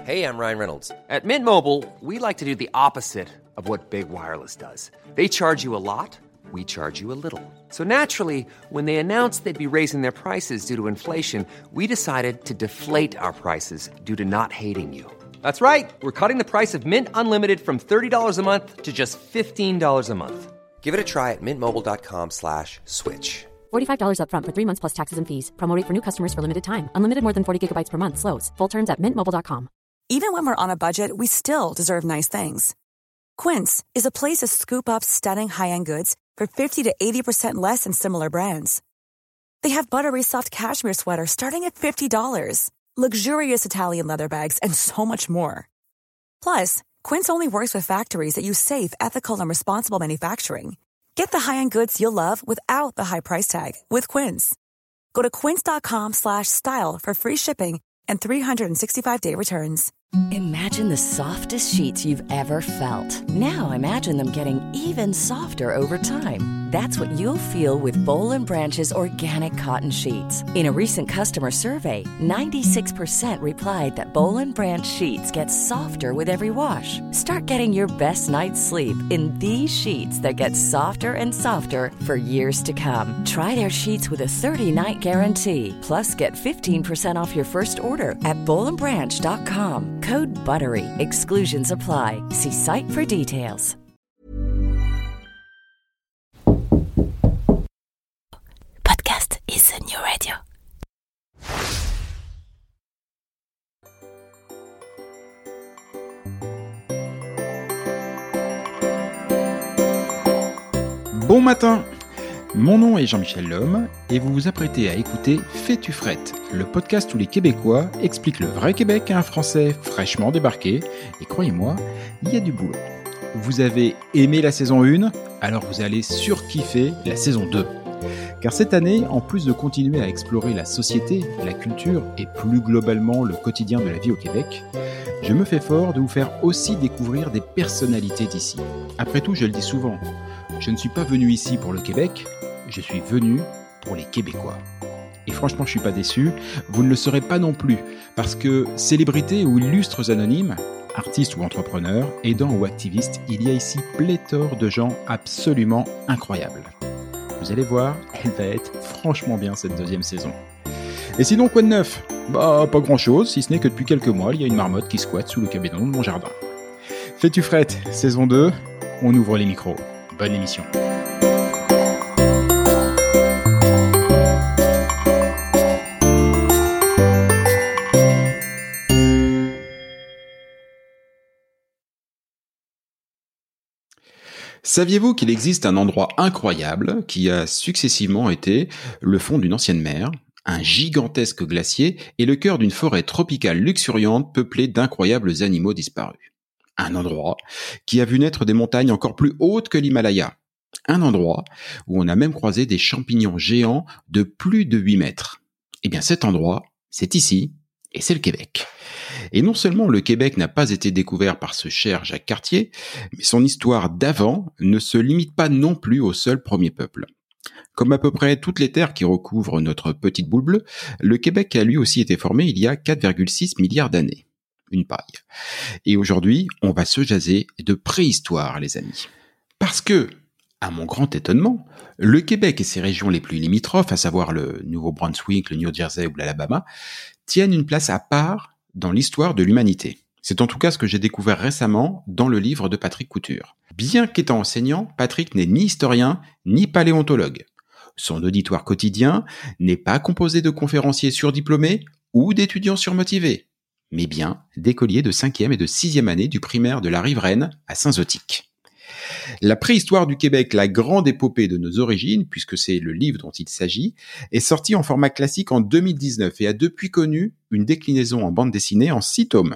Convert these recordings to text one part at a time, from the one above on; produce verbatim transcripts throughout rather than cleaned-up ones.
Hey, I'm Ryan Reynolds. At Mint Mobile, we like to do the opposite of what Big Wireless does. They charge you a lot, we charge you a little. So naturally, when they announced they'd be raising their prices due to inflation, we decided to deflate our prices due to not hating you. That's right. We're cutting the price of Mint Unlimited from thirty dollars a month to just fifteen dollars a month. Give it a try at mintmobile.com slash switch. forty-five dollars up front for three months plus taxes and fees. Promo rate for new customers for limited time. Unlimited more than forty gigabytes per month slows. Full terms at mint mobile dot com. Even when we're on a budget, we still deserve nice things. Quince is a place to scoop up stunning high-end goods for fifty to eighty percent less than similar brands. They have buttery soft cashmere sweaters starting at fifty dollars, luxurious Italian leather bags, and so much more. Plus, Quince only works with factories that use safe, ethical, and responsible manufacturing. Get the high-end goods you'll love without the high price tag with Quince. Go to quince.com slash style for free shipping and three sixty-five day returns. Imagine the softest sheets you've ever felt. Now imagine them getting even softer over time. That's what you'll feel with Boll and Branch's organic cotton sheets. In a recent customer survey, ninety-six percent replied that Boll and Branch sheets get softer with every wash. Start getting your best night's sleep in these sheets that get softer and softer for years to come. Try their sheets with a thirty-night guarantee. Plus, get fifteen percent off your first order at boll and branch dot com. Code BUTTERY. Exclusions apply. See site for details. Podcast is a new radio. Bon matin! Mon nom est Jean-Michel Lhomme et vous vous apprêtez à écouter Fais-tu frette, le podcast où les Québécois expliquent le vrai Québec à un Français fraîchement débarqué. Et croyez-moi, il y a du boulot. Vous avez aimé la saison un, alors vous allez surkiffer la saison deux. Car cette année, en plus de continuer à explorer la société, la culture et plus globalement le quotidien de la vie au Québec, je me fais fort de vous faire aussi découvrir des personnalités d'ici. Après tout, je le dis souvent, je ne suis pas venu ici pour le Québec, je suis venu pour les Québécois. Et franchement, je suis pas déçu, vous ne le serez pas non plus, parce que célébrités ou illustres anonymes, artistes ou entrepreneurs, aidants ou activistes, il y a ici pléthore de gens absolument incroyables. Vous allez voir, elle va être franchement bien cette deuxième saison. Et sinon, quoi de neuf ? Bah, pas grand chose, si ce n'est que depuis quelques mois, il y a une marmotte qui squatte sous le cabinet de mon jardin. Fais-tu frette, saison deux, on ouvre les micros. Bonne émission. Saviez-vous qu'il existe un endroit incroyable qui a successivement été le fond d'une ancienne mer, un gigantesque glacier et le cœur d'une forêt tropicale luxuriante peuplée d'incroyables animaux disparus? Un endroit qui a vu naître des montagnes encore plus hautes que l'Himalaya. Un endroit où on a même croisé des champignons géants de plus de huit mètres. Eh bien cet endroit, c'est ici, et c'est le Québec. Et non seulement le Québec n'a pas été découvert par ce cher Jacques Cartier, mais son histoire d'avant ne se limite pas non plus au seul premier peuple. Comme à peu près toutes les terres qui recouvrent notre petite boule bleue, le Québec a lui aussi été formé il y a quatre virgule six milliards d'années. Une paille. Et aujourd'hui, on va se jaser de préhistoire, les amis. Parce que, à mon grand étonnement, le Québec et ses régions les plus limitrophes, à savoir le Nouveau-Brunswick, le New Jersey ou l'Alabama, tiennent une place à part dans l'histoire de l'humanité. C'est en tout cas ce que j'ai découvert récemment dans le livre de Patrick Couture. Bien qu'étant enseignant, Patrick n'est ni historien, ni paléontologue. Son auditoire quotidien n'est pas composé de conférenciers surdiplômés ou d'étudiants surmotivés, mais bien d'écoliers de cinquième et de sixième année du primaire de la Riveraine à Saint-Zotique. La préhistoire du Québec, la grande épopée de nos origines, puisque c'est le livre dont il s'agit, est sorti en format classique en deux mille dix-neuf et a depuis connu une déclinaison en bande dessinée en six tomes,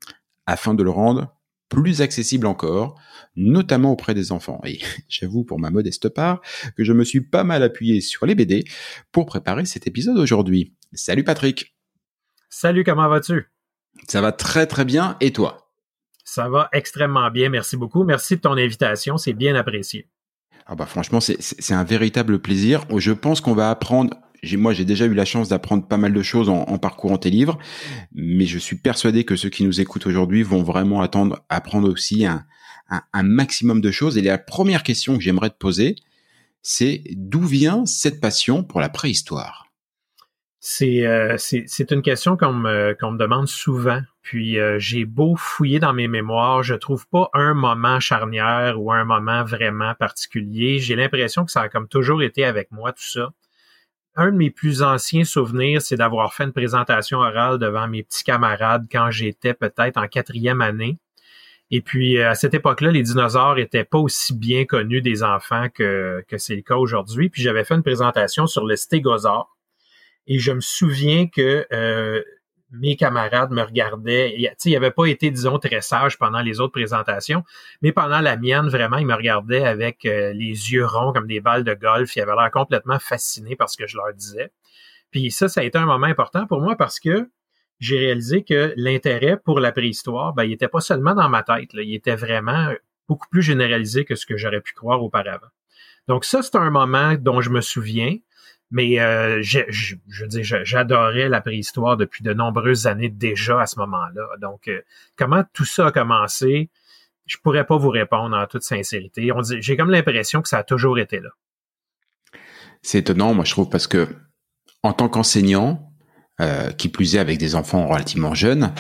afin de le rendre plus accessible encore, notamment auprès des enfants. Et j'avoue pour ma modeste part que je me suis pas mal appuyé sur les B D pour préparer cet épisode aujourd'hui. Salut Patrick. Salut, comment vas-tu? Ça va très très bien, et toi? Ça va extrêmement bien, merci beaucoup. Merci de ton invitation, c'est bien apprécié. Ah bah franchement, c'est, c'est un véritable plaisir. Je pense qu'on va apprendre j'ai, moi, j'ai déjà eu la chance d'apprendre pas mal de choses en, en parcourant tes livres, mais je suis persuadé que ceux qui nous écoutent aujourd'hui vont vraiment attendre, apprendre aussi un, un, un maximum de choses. Et la première question que j'aimerais te poser, c'est d'où vient cette passion pour la préhistoire? C'est, euh, c'est, c'est une question qu'on me, qu'on me demande souvent. Puis euh, j'ai beau fouiller dans mes mémoires, je trouve pas un moment charnière ou un moment vraiment particulier. J'ai l'impression que ça a comme toujours été avec moi, tout ça. Un de mes plus anciens souvenirs, c'est d'avoir fait une présentation orale devant mes petits camarades quand j'étais peut-être en quatrième année. Et puis, à cette époque-là, les dinosaures étaient pas aussi bien connus des enfants que, que c'est le cas aujourd'hui. Puis j'avais fait une présentation sur le stégosaure. Et je me souviens que euh, mes camarades me regardaient. Tu sais, ils n'avaient pas été, disons, très sages pendant les autres présentations, mais pendant la mienne, vraiment, ils me regardaient avec euh, les yeux ronds comme des balles de golf. Ils avaient l'air complètement fascinés par ce que je leur disais. Puis ça, ça a été un moment important pour moi parce que j'ai réalisé que l'intérêt pour la préhistoire, ben, il était pas seulement dans ma tête, là, il était vraiment beaucoup plus généralisé que ce que j'aurais pu croire auparavant. Donc ça, c'est un moment dont je me souviens. Mais euh, je, je, je veux dire, j'adorais la préhistoire depuis de nombreuses années déjà à ce moment-là. Donc, euh, comment tout ça a commencé, je pourrais pas vous répondre en toute sincérité. On dit, j'ai comme l'impression que ça a toujours été là. C'est étonnant, moi je trouve, parce que en tant qu'enseignant, euh, qui plus est avec des enfants relativement jeunes,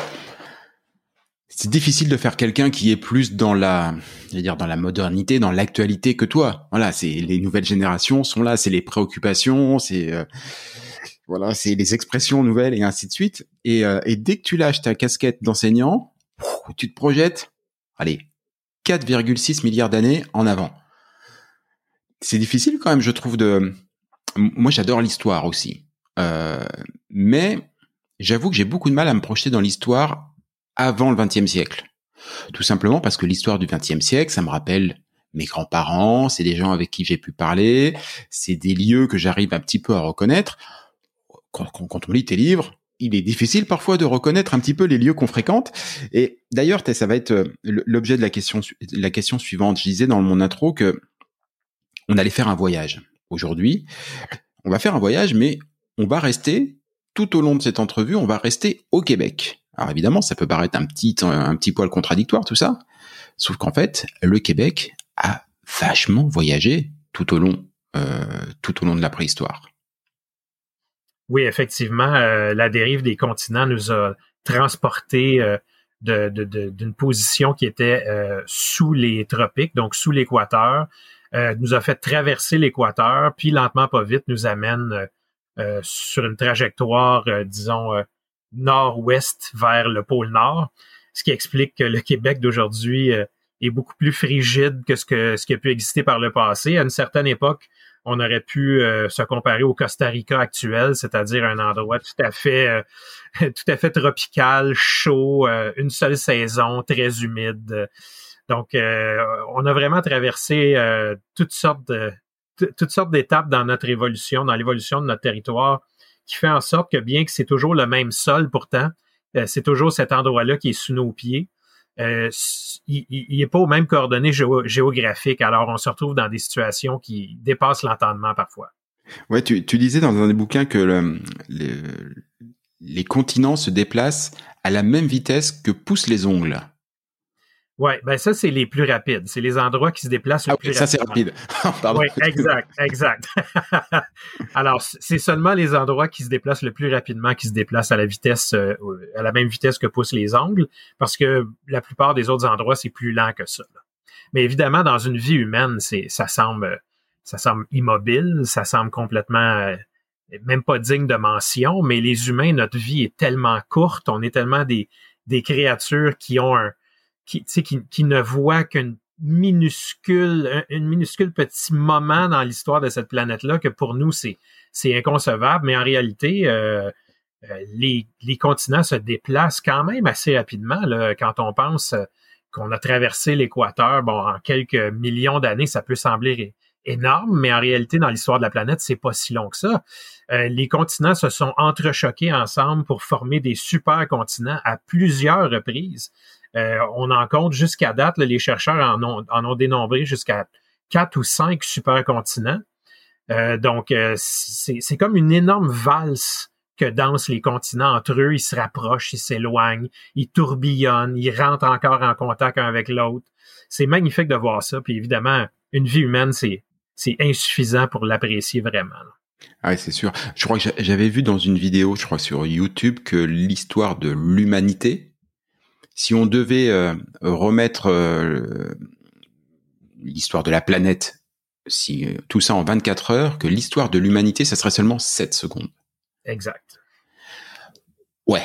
c'est difficile de faire quelqu'un qui est plus dans la, je veux dire, dans la modernité, dans l'actualité que toi. Voilà, c'est les nouvelles générations sont là, c'est les préoccupations, c'est euh, voilà, c'est les expressions nouvelles et ainsi de suite. Et, euh, et dès que tu lâches ta casquette d'enseignant, tu te projettes, allez, quatre virgule six milliards d'années en avant. C'est difficile quand même, je trouve. De, moi, j'adore l'histoire aussi, euh, mais j'avoue que j'ai beaucoup de mal à me projeter dans l'histoire avant le vingtième siècle. Tout simplement parce que l'histoire du vingtième siècle, ça me rappelle mes grands-parents, c'est des gens avec qui j'ai pu parler, c'est des lieux que j'arrive un petit peu à reconnaître. Quand, quand, quand on lit tes livres, il est difficile parfois de reconnaître un petit peu les lieux qu'on fréquente. Et d'ailleurs, ça va être l'objet de la question, la question suivante. Je disais dans mon intro que on allait faire un voyage. Aujourd'hui, on va faire un voyage, mais on va rester, tout au long de cette entrevue, on va rester au Québec. Alors évidemment, ça peut paraître un petit, un petit poil contradictoire tout ça, sauf qu'en fait, le Québec a vachement voyagé tout au long, euh, tout au long de la préhistoire. Oui, effectivement, euh, la dérive des continents nous a transportés euh, de, de, de, d'une position qui était euh, sous les tropiques, donc sous l'équateur, euh, nous a fait traverser l'équateur, puis lentement, pas vite, nous amène euh, sur une trajectoire, euh, disons, euh, nord-ouest vers le pôle Nord, ce qui explique que le Québec d'aujourd'hui euh, est beaucoup plus frigide que ce que ce qui a pu exister par le passé. À une certaine époque, on aurait pu euh, se comparer au Costa Rica actuel, c'est-à-dire un endroit tout à fait euh, tout à fait tropical, chaud, euh, une seule saison, très humide. Donc, euh, on a vraiment traversé euh, toutes sortes de t- toutes sortes d'étapes dans notre évolution, dans l'évolution de notre territoire, qui fait en sorte que bien que c'est toujours le même sol pourtant, euh, c'est toujours cet endroit-là qui est sous nos pieds, euh, il n'est pas aux mêmes coordonnées géo- géographiques. Alors, on se retrouve dans des situations qui dépassent l'entendement parfois. Ouais, tu, tu disais dans un des bouquins que le, le, les continents se déplacent à la même vitesse que poussent les ongles. Oui, ben ça, c'est les plus rapides. C'est les endroits qui se déplacent le ah, plus oui, ça, c'est rapide. Pardon. Oui, exact, exact. Alors, c'est seulement les endroits qui se déplacent le plus rapidement qui se déplacent à la vitesse, euh, à la même vitesse que poussent les ongles, parce que la plupart des autres endroits, c'est plus lent que ça. Là. Mais évidemment, dans une vie humaine, c'est, ça semble, ça semble immobile, ça semble complètement, euh, même pas digne de mention, mais les humains, notre vie est tellement courte, on est tellement des, des créatures qui ont un, qui, tu sais, qui, qui ne voient qu'une minuscule, un, une minuscule petit moment dans l'histoire de cette planète-là que pour nous, c'est, c'est inconcevable. Mais en réalité, euh, euh, les, les continents se déplacent quand même assez rapidement. Là, quand on pense qu'on a traversé l'équateur, bon, en quelques millions d'années, ça peut sembler énorme, mais en réalité, dans l'histoire de la planète, c'est pas si long que ça. Euh, les continents se sont entrechoqués ensemble pour former des supercontinents à plusieurs reprises. Euh, on en compte jusqu'à date, là, les chercheurs en ont, en ont dénombré jusqu'à quatre ou cinq supercontinents. Euh, donc, euh, c'est, c'est comme une énorme valse que dansent les continents entre eux. Ils se rapprochent, ils s'éloignent, ils tourbillonnent, ils rentrent encore en contact un avec l'autre. C'est magnifique de voir ça. Puis évidemment, une vie humaine, c'est, c'est insuffisant pour l'apprécier vraiment, là. Ah, c'est sûr. Je crois que j'avais vu dans une vidéo, je crois sur YouTube, que l'histoire de l'humanité, si on devait euh, remettre euh, l'histoire de la planète, si euh, tout ça en vingt-quatre heures, que l'histoire de l'humanité, ça serait seulement sept secondes. Exact. Ouais.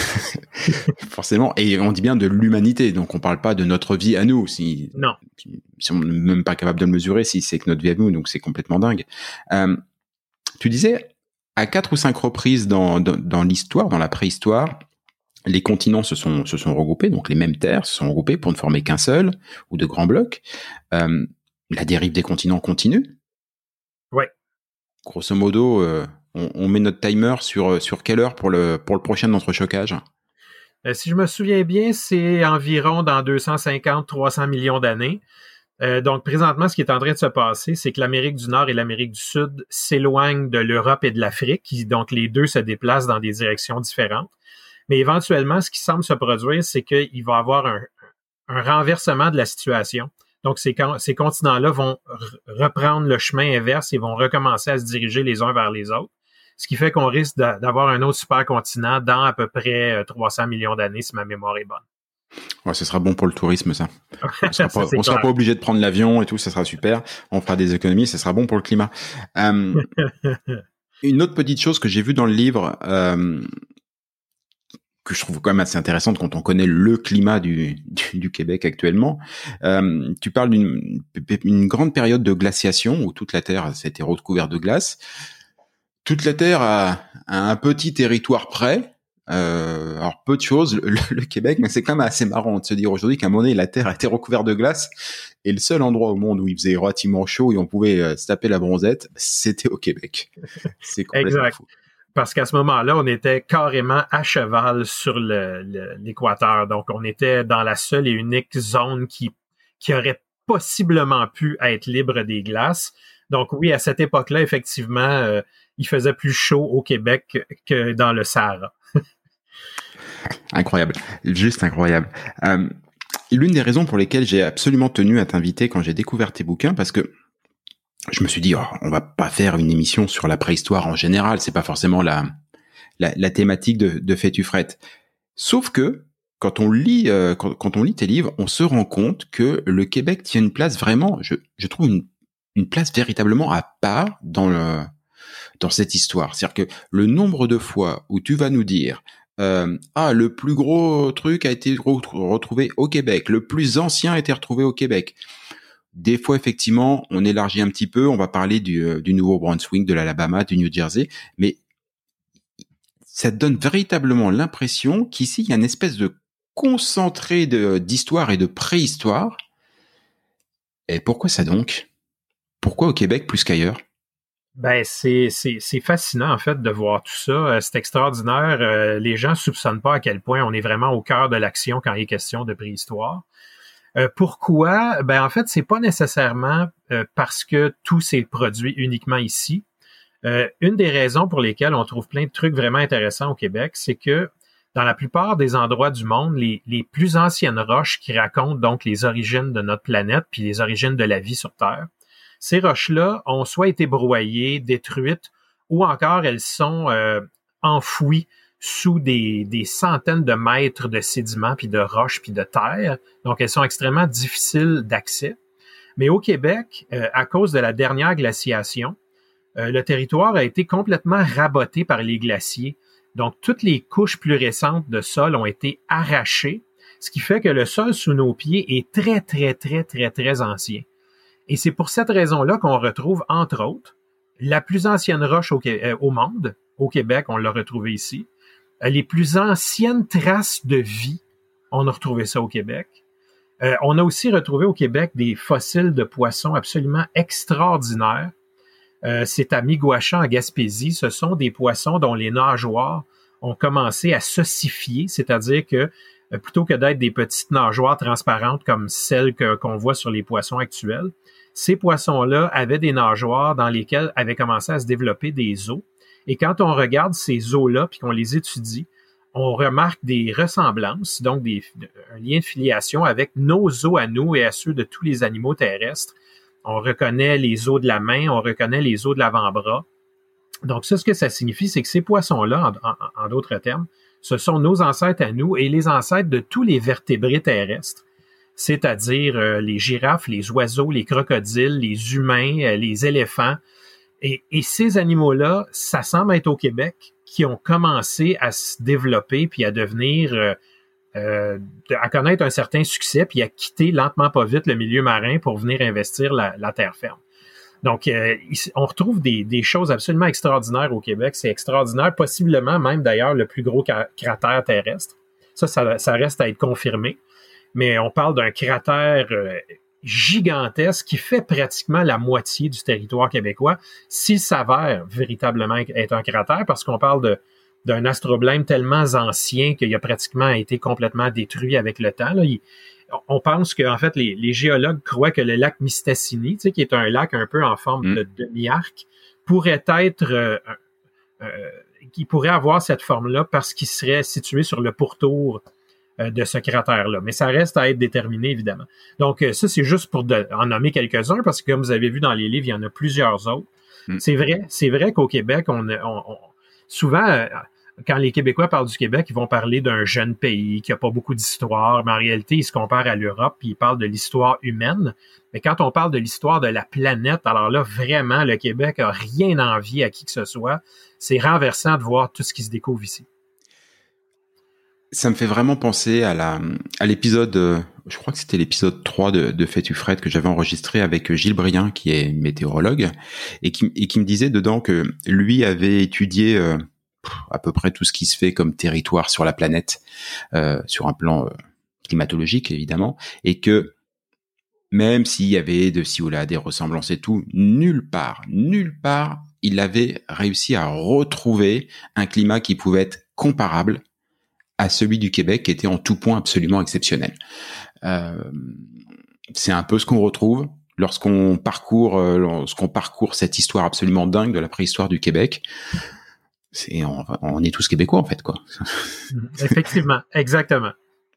Forcément. Et on dit bien de l'humanité, donc on parle pas de notre vie à nous. Si, non. Si on n'est même pas capable de le mesurer, si c'est que notre vie à nous, donc c'est complètement dingue. Euh, tu disais, à quatre ou cinq reprises dans, dans, dans l'histoire, dans la préhistoire, les continents se sont, se sont regroupés, donc les mêmes terres se sont regroupées pour ne former qu'un seul ou de grands blocs. Euh, la dérive des continents continue. Ouais. Grosso modo, euh, on, on met notre timer sur, sur quelle heure pour le, pour le prochain entrechoquage? Euh, si je me souviens bien, c'est environ dans deux cent cinquante à trois cents millions d'années. Euh, donc, présentement, ce qui est en train de se passer, c'est que l'Amérique du Nord et l'Amérique du Sud s'éloignent de l'Europe et de l'Afrique. Qui, donc, les deux se déplacent dans des directions différentes. Mais éventuellement, ce qui semble se produire, c'est qu'il va y avoir un, un renversement de la situation. Donc, ces, ces continents-là vont r- reprendre le chemin inverse et vont recommencer à se diriger les uns vers les autres. Ce qui fait qu'on risque d'a- d'avoir un autre supercontinent dans à peu près trois cents millions d'années, si ma mémoire est bonne. Ouais, ce sera bon pour le tourisme, ça. On sera ça, pas, on sera pas obligé de prendre l'avion et tout, ça sera super. On fera des économies, ça sera bon pour le climat. Euh, une autre petite chose que j'ai vue dans le livre, euh, que je trouve quand même assez intéressante quand on connaît le climat du, du, du Québec actuellement, euh, tu parles d'une une grande période de glaciation où toute la Terre s'était recouverte de glace. Toute la Terre a, a un petit territoire près. Euh, alors peu de choses, le, le Québec, mais c'est quand même assez marrant de se dire aujourd'hui qu'à un moment donné, la Terre a été recouverte de glace et le seul endroit au monde où il faisait relativement chaud et on pouvait euh, se taper la bronzette, c'était au Québec. C'est complètement exact. fou. Parce qu'à ce moment-là, on était carrément à cheval sur le, le, l'équateur. Donc, on était dans la seule et unique zone qui, qui aurait possiblement pu être libre des glaces. Donc oui, à cette époque-là, effectivement, euh, il faisait plus chaud au Québec que, que dans le Sahara. Incroyable, juste incroyable. Euh, l'une des raisons pour lesquelles j'ai absolument tenu à t'inviter quand j'ai découvert tes bouquins, parce que je me suis dit, oh, on va pas faire une émission sur la préhistoire en général, c'est pas forcément la la, la thématique de, de Fétufrette. Sauf que quand on lit euh, quand, quand on lit tes livres, on se rend compte que le Québec tient une place vraiment, je, je trouve une, une place véritablement à part dans le dans cette histoire. C'est-à-dire que le nombre de fois où tu vas nous dire Euh, ah, le plus gros truc a été retrouvé au Québec, le plus ancien a été retrouvé au Québec. Des fois, effectivement, on élargit un petit peu, on va parler du, euh, du Nouveau-Brunswick, de l'Alabama, du New Jersey, mais ça donne véritablement l'impression qu'ici, il y a une espèce de concentré de, d'histoire et de préhistoire. Et pourquoi ça donc? Pourquoi au Québec plus qu'ailleurs? Ben c'est c'est c'est fascinant en fait de voir tout ça. C'est extraordinaire. Euh, les gens soupçonnent pas à quel point on est vraiment au cœur de l'action quand il est question de préhistoire. Euh, pourquoi? Ben en fait, c'est pas nécessairement euh, parce que tout s'est produit uniquement ici. Euh, une des raisons pour lesquelles on trouve plein de trucs vraiment intéressants au Québec, c'est que dans la plupart des endroits du monde, les les plus anciennes roches qui racontent donc les origines de notre planète puis les origines de la vie sur Terre, ces roches-là ont soit été broyées, détruites, ou encore elles sont euh, enfouies sous des, des centaines de mètres de sédiments, puis de roches, puis de terre. Donc, elles sont extrêmement difficiles d'accès. Mais au Québec, euh, à cause de la dernière glaciation, euh, le territoire a été complètement raboté par les glaciers. Donc, toutes les couches plus récentes de sol ont été arrachées, ce qui fait que le sol sous nos pieds est très, très, très, très, très ancien. Et c'est pour cette raison-là qu'on retrouve, entre autres, la plus ancienne roche au, euh, au monde, au Québec, on l'a retrouvée ici. Euh, les plus anciennes traces de vie, on a retrouvé ça au Québec. Euh, on a aussi retrouvé au Québec des fossiles de poissons absolument extraordinaires. Euh, c'est à Miguacha, en Gaspésie. Ce sont des poissons dont les nageoires ont commencé à s'ossifier, c'est-à-dire que euh, plutôt que d'être des petites nageoires transparentes comme celles que, qu'on voit sur les poissons actuels, ces poissons-là avaient des nageoires dans lesquelles avaient commencé à se développer des os. Et quand on regarde ces os-là puis qu'on les étudie, on remarque des ressemblances, donc des, un lien de filiation avec nos os à nous et à ceux de tous les animaux terrestres. On reconnaît les os de la main, on reconnaît les os de l'avant-bras. Donc ça, ce que ça signifie, c'est que ces poissons-là, en, en, en d'autres termes, ce sont nos ancêtres à nous et les ancêtres de tous les vertébrés terrestres, c'est-à-dire euh, les girafes, les oiseaux, les crocodiles, les humains, euh, les éléphants. Et, et ces animaux-là, ça semble être au Québec, qui ont commencé à se développer puis à devenir, euh, euh, à connaître un certain succès puis à quitter lentement pas vite le milieu marin pour venir investir la, la terre ferme. Donc, euh, on retrouve des, des choses absolument extraordinaires au Québec. C'est extraordinaire, possiblement même d'ailleurs le plus gros cratère terrestre. Ça, ça, ça reste à être confirmé. Mais on parle d'un cratère euh, gigantesque qui fait pratiquement la moitié du territoire québécois, s'il s'avère véritablement être un cratère, parce qu'on parle de, d'un astroblème tellement ancien qu'il a pratiquement été complètement détruit avec le temps. Là. Il, on pense que en fait, les, les géologues croient que le lac Mistassini, tu sais, qui est un lac un peu en forme mmh. de demi-arc, pourrait être... Euh, euh, qui pourrait avoir cette forme-là parce qu'il serait situé sur le pourtour de ce cratère-là. Mais ça reste à être déterminé, évidemment. Donc, ça, c'est juste pour de, en nommer quelques-uns, parce que comme vous avez vu dans les livres, il y en a plusieurs autres. Mm. C'est vrai, c'est vrai qu'au Québec, on, on, on souvent, quand les Québécois parlent du Québec, ils vont parler d'un jeune pays qui a pas beaucoup d'histoire, mais en réalité, ils se comparent à l'Europe, puis ils parlent de l'histoire humaine. Mais quand on parle de l'histoire de la planète, alors là, vraiment, le Québec a rien envie à qui que ce soit. C'est renversant de voir tout ce qui se découvre ici. Ça me fait vraiment penser à la à l'épisode, euh, je crois que c'était l'épisode trois de, de Fais-tu Fred que j'avais enregistré avec Gilles Brien, qui est météorologue, et qui, et qui me disait dedans que lui avait étudié euh, à peu près tout ce qui se fait comme territoire sur la planète, euh, sur un plan euh, climatologique évidemment, et que même s'il y avait de ci ou là des ressemblances et tout, nulle part, nulle part, il avait réussi à retrouver un climat qui pouvait être comparable à celui du Québec, qui était en tout point absolument exceptionnel. Euh, c'est un peu ce qu'on retrouve lorsqu'on parcourt, euh, lorsqu'on parcourt cette histoire absolument dingue de la préhistoire du Québec. C'est, on, on est tous québécois en fait, quoi. Effectivement, exactement.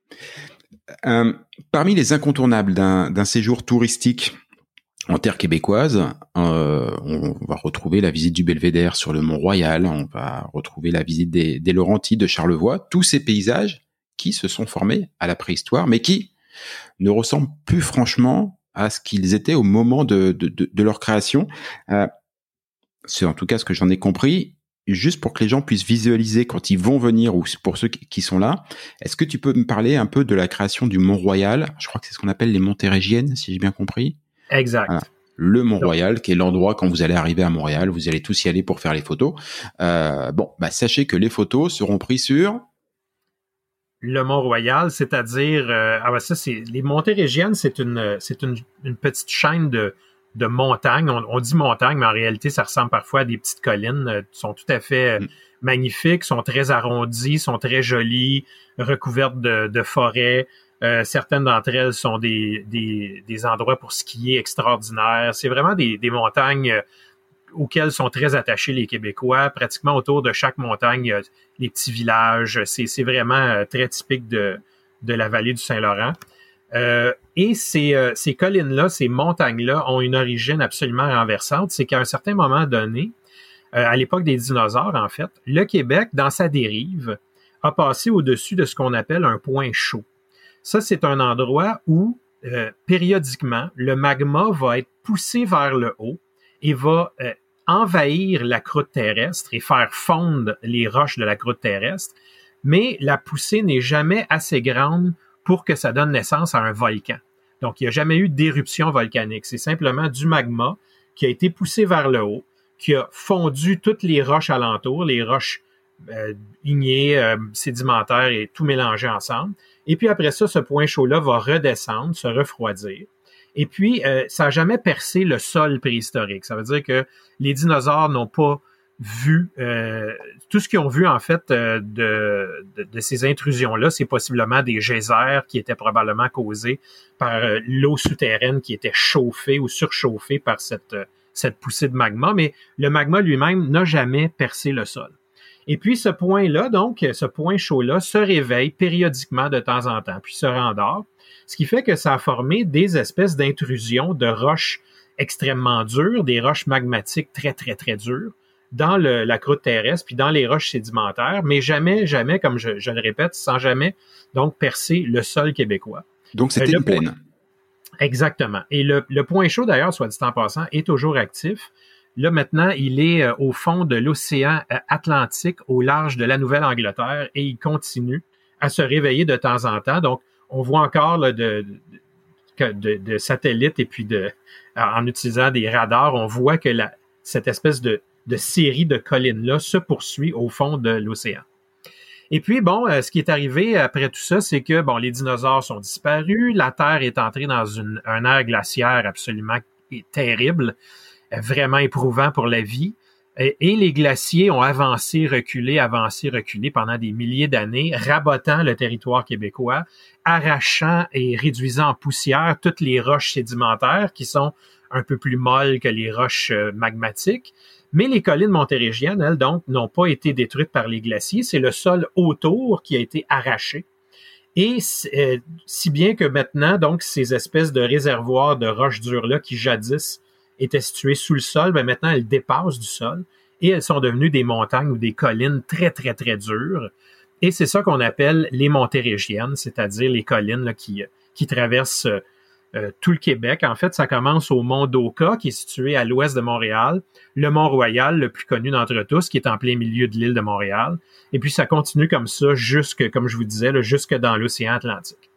Euh, parmi les incontournables d'un, d'un séjour touristique en terre québécoise, euh, on va retrouver la visite du Belvédère sur le Mont-Royal, on va retrouver la visite des, des Laurentides de Charlevoix, tous ces paysages qui se sont formés à la préhistoire, mais qui ne ressemblent plus franchement à ce qu'ils étaient au moment de, de, de, de leur création. Euh, c'est en tout cas ce que j'en ai compris. Juste pour que les gens puissent visualiser quand ils vont venir, ou pour ceux qui sont là, est-ce que tu peux me parler un peu de la création du Mont-Royal ? Je crois que c'est ce qu'on appelle les Montérégiennes, si j'ai bien compris. Exact. Voilà. Le Mont-Royal, qui est l'endroit quand vous allez arriver à Montréal, vous allez tous y aller pour faire les photos. Euh, bon, bah sachez que les photos seront prises sur le Mont-Royal, c'est-à-dire, euh, ah ben ça c'est les Montérégiennes, c'est une c'est une, une petite chaîne de de montagnes. On, on dit montagne, mais en réalité, ça ressemble parfois à des petites collines. Euh, sont tout à fait euh, mm. magnifiques, sont très arrondies, sont très jolies, recouvertes de, de forêts. Euh, certaines d'entre elles sont des, des, des endroits pour skier extraordinaires. C'est vraiment des, des montagnes euh, auxquelles sont très attachés les Québécois. Pratiquement autour de chaque montagne, il y a les petits villages. C'est, c'est vraiment euh, très typique de, de la vallée du Saint-Laurent. Euh, et ces, euh, ces collines-là, ces montagnes-là ont une origine absolument renversante. C'est qu'à un certain moment donné, euh, à l'époque des dinosaures, en fait, le Québec, dans sa dérive, a passé au-dessus de ce qu'on appelle un point chaud. Ça, c'est un endroit où, euh, périodiquement, le magma va être poussé vers le haut et va euh, envahir la croûte terrestre et faire fondre les roches de la croûte terrestre. Mais la poussée n'est jamais assez grande pour que ça donne naissance à un volcan. Donc, il n'y a jamais eu d'éruption volcanique. C'est simplement du magma qui a été poussé vers le haut, qui a fondu toutes les roches alentours, les roches euh, ignées, euh, sédimentaires et tout mélangé ensemble. Et puis après ça, ce point chaud-là va redescendre, se refroidir. Et puis, euh, ça n'a jamais percé le sol préhistorique. Ça veut dire que les dinosaures n'ont pas vu, euh, tout ce qu'ils ont vu en fait euh, de, de, de ces intrusions-là, c'est possiblement des geysers qui étaient probablement causés par euh, l'eau souterraine qui était chauffée ou surchauffée par cette, euh, cette poussée de magma, mais le magma lui-même n'a jamais percé le sol. Et puis ce point-là, donc, ce point chaud-là, se réveille périodiquement de temps en temps, puis se rendort, ce qui fait que ça a formé des espèces d'intrusions de roches extrêmement dures, des roches magmatiques très, très, très dures, dans le, la croûte terrestre, puis dans les roches sédimentaires, mais jamais, jamais, comme je, je le répète, sans jamais donc percer le sol québécois. Donc c'était euh, une plaine. Exactement. Et le, le point chaud, d'ailleurs, soit dit en passant, est toujours actif. Là, maintenant, il est euh, au fond de l'océan euh, Atlantique, au large de la Nouvelle-Angleterre, et il continue à se réveiller de temps en temps. Donc, on voit encore là, de, de, de, de satellites et puis de, en utilisant des radars, on voit que la, cette espèce de de série de collines-là se poursuit au fond de l'océan. Et puis, bon, euh, ce qui est arrivé après tout ça, c'est que, bon, les dinosaures sont disparus, la Terre est entrée dans une, un ère glaciaire absolument terrible, euh, vraiment éprouvant pour la vie, et, et les glaciers ont avancé, reculé, avancé, reculé pendant des milliers d'années, rabotant le territoire québécois, arrachant et réduisant en poussière toutes les roches sédimentaires qui sont un peu plus molles que les roches euh, magmatiques. Mais les collines montérégiennes, elles, donc, n'ont pas été détruites par les glaciers. C'est le sol autour qui a été arraché. Et euh, si bien que maintenant, donc, ces espèces de réservoirs de roches dures-là qui jadis étaient situées sous le sol, ben maintenant, elles dépassent du sol et elles sont devenues des montagnes ou des collines très, très, très dures. Et c'est ça qu'on appelle les montérégiennes, c'est-à-dire les collines là, qui, qui traversent euh, tout le Québec. En fait, ça commence au mont d'Oka, qui est situé à l'ouest de Montréal, le Mont-Royal, le plus connu d'entre tous, qui est en plein milieu de l'île de Montréal. Et puis, ça continue comme ça, jusque, comme je vous disais, là, jusque dans l'océan Atlantique.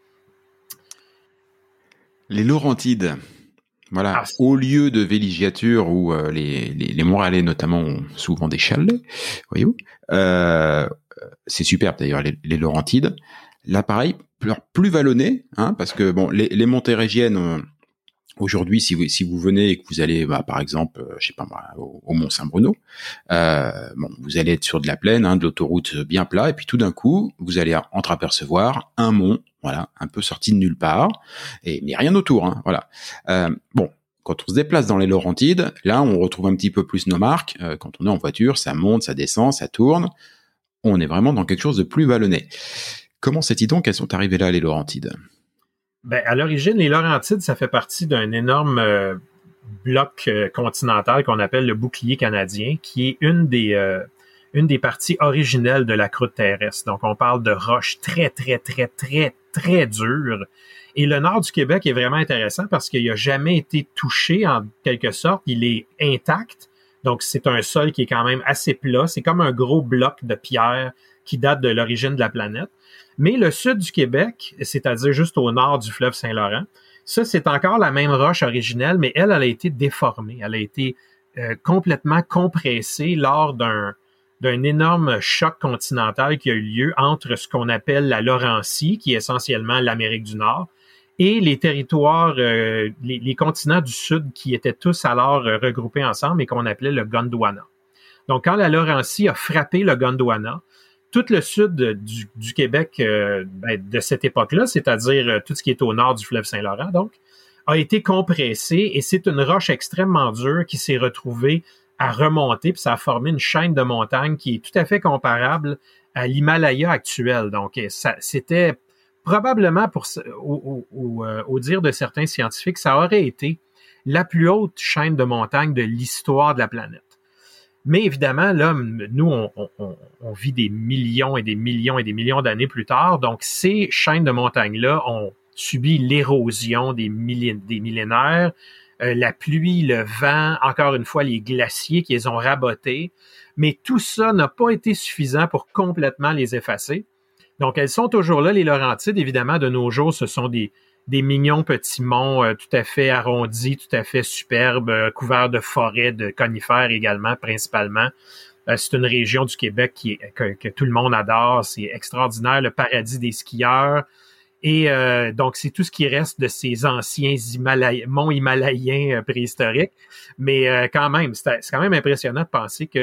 Les Laurentides. Voilà, ah, au lieu de villégiature où euh, les, les, les Montréalais notamment ont souvent des chalets, voyez-vous, euh, c'est superbe d'ailleurs les, les Laurentides. Là, pareil, plus, plus vallonné, hein, parce que bon, les, les montérégiennes, euh, aujourd'hui, si vous si vous venez et que vous allez, bah, par exemple, euh, je sais pas moi, au, au Mont Saint-Bruno, euh, bon, vous allez être sur de la plaine, hein, de l'autoroute bien plat, et puis tout d'un coup, vous allez entreapercevoir un mont, voilà, un peu sorti de nulle part, et mais rien autour, hein, voilà. Euh, bon. Quand on se déplace dans les Laurentides, là, on retrouve un petit peu plus nos marques. Euh, quand on est en voiture, ça monte, ça descend, ça tourne. On est vraiment dans quelque chose de plus vallonné. Comment sais-tu donc qu'elles sont arrivées là, les Laurentides? Ben, à l'origine, les Laurentides, ça fait partie d'un énorme euh, bloc euh, continental qu'on appelle le bouclier canadien, qui est une des, euh, une des parties originelles de la croûte terrestre. Donc, on parle de roches très, très, très, très, très dures. Et le nord du Québec est vraiment intéressant parce qu'il n'a jamais été touché en quelque sorte. Il est intact. Donc, c'est un sol qui est quand même assez plat. C'est comme un gros bloc de pierre qui date de l'origine de la planète. Mais le sud du Québec, c'est-à-dire juste au nord du fleuve Saint-Laurent, ça, c'est encore la même roche originelle, mais elle, elle a été déformée. Elle a été euh, complètement compressée lors d'un, d'un énorme choc continental qui a eu lieu entre ce qu'on appelle la Laurentie, qui est essentiellement l'Amérique du Nord, et les territoires, euh, les, les continents du Sud qui étaient tous alors euh, regroupés ensemble et qu'on appelait le Gondwana. Donc, quand la Laurentie a frappé le Gondwana, tout le sud du, du Québec euh, ben, de cette époque-là, c'est-à-dire euh, tout ce qui est au nord du fleuve Saint-Laurent, donc, a été compressé et c'est une roche extrêmement dure qui s'est retrouvée à remonter, puis ça a formé une chaîne de montagnes qui est tout à fait comparable à l'Himalaya actuel. Donc, ça, c'était probablement, pour au, au, au, au dire de certains scientifiques, ça aurait été la plus haute chaîne de montagnes de l'histoire de la planète. Mais évidemment, là, nous, on, on, on vit des millions et des millions et des millions d'années plus tard. Donc, ces chaînes de montagnes-là ont subi l'érosion des, millé- des millénaires, euh, la pluie, le vent, encore une fois, les glaciers qui les ont rabotés. Mais tout ça n'a pas été suffisant pour complètement les effacer. Donc, elles sont toujours là, les Laurentides. Évidemment, de nos jours, ce sont des, des mignons petits monts euh, tout à fait arrondis, tout à fait superbes, euh, couverts de forêts, de conifères également, principalement. Euh, c'est une région du Québec qui est, que, que tout le monde adore. C'est extraordinaire, le paradis des skieurs. Et euh, donc, c'est tout ce qui reste de ces anciens Himalay- monts himalayens euh, préhistoriques. Mais euh, quand même, c'est, c'est quand même impressionnant de penser que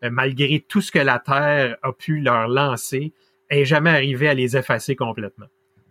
euh, malgré tout ce que la Terre a pu leur lancer, est jamais arrivé à les effacer complètement.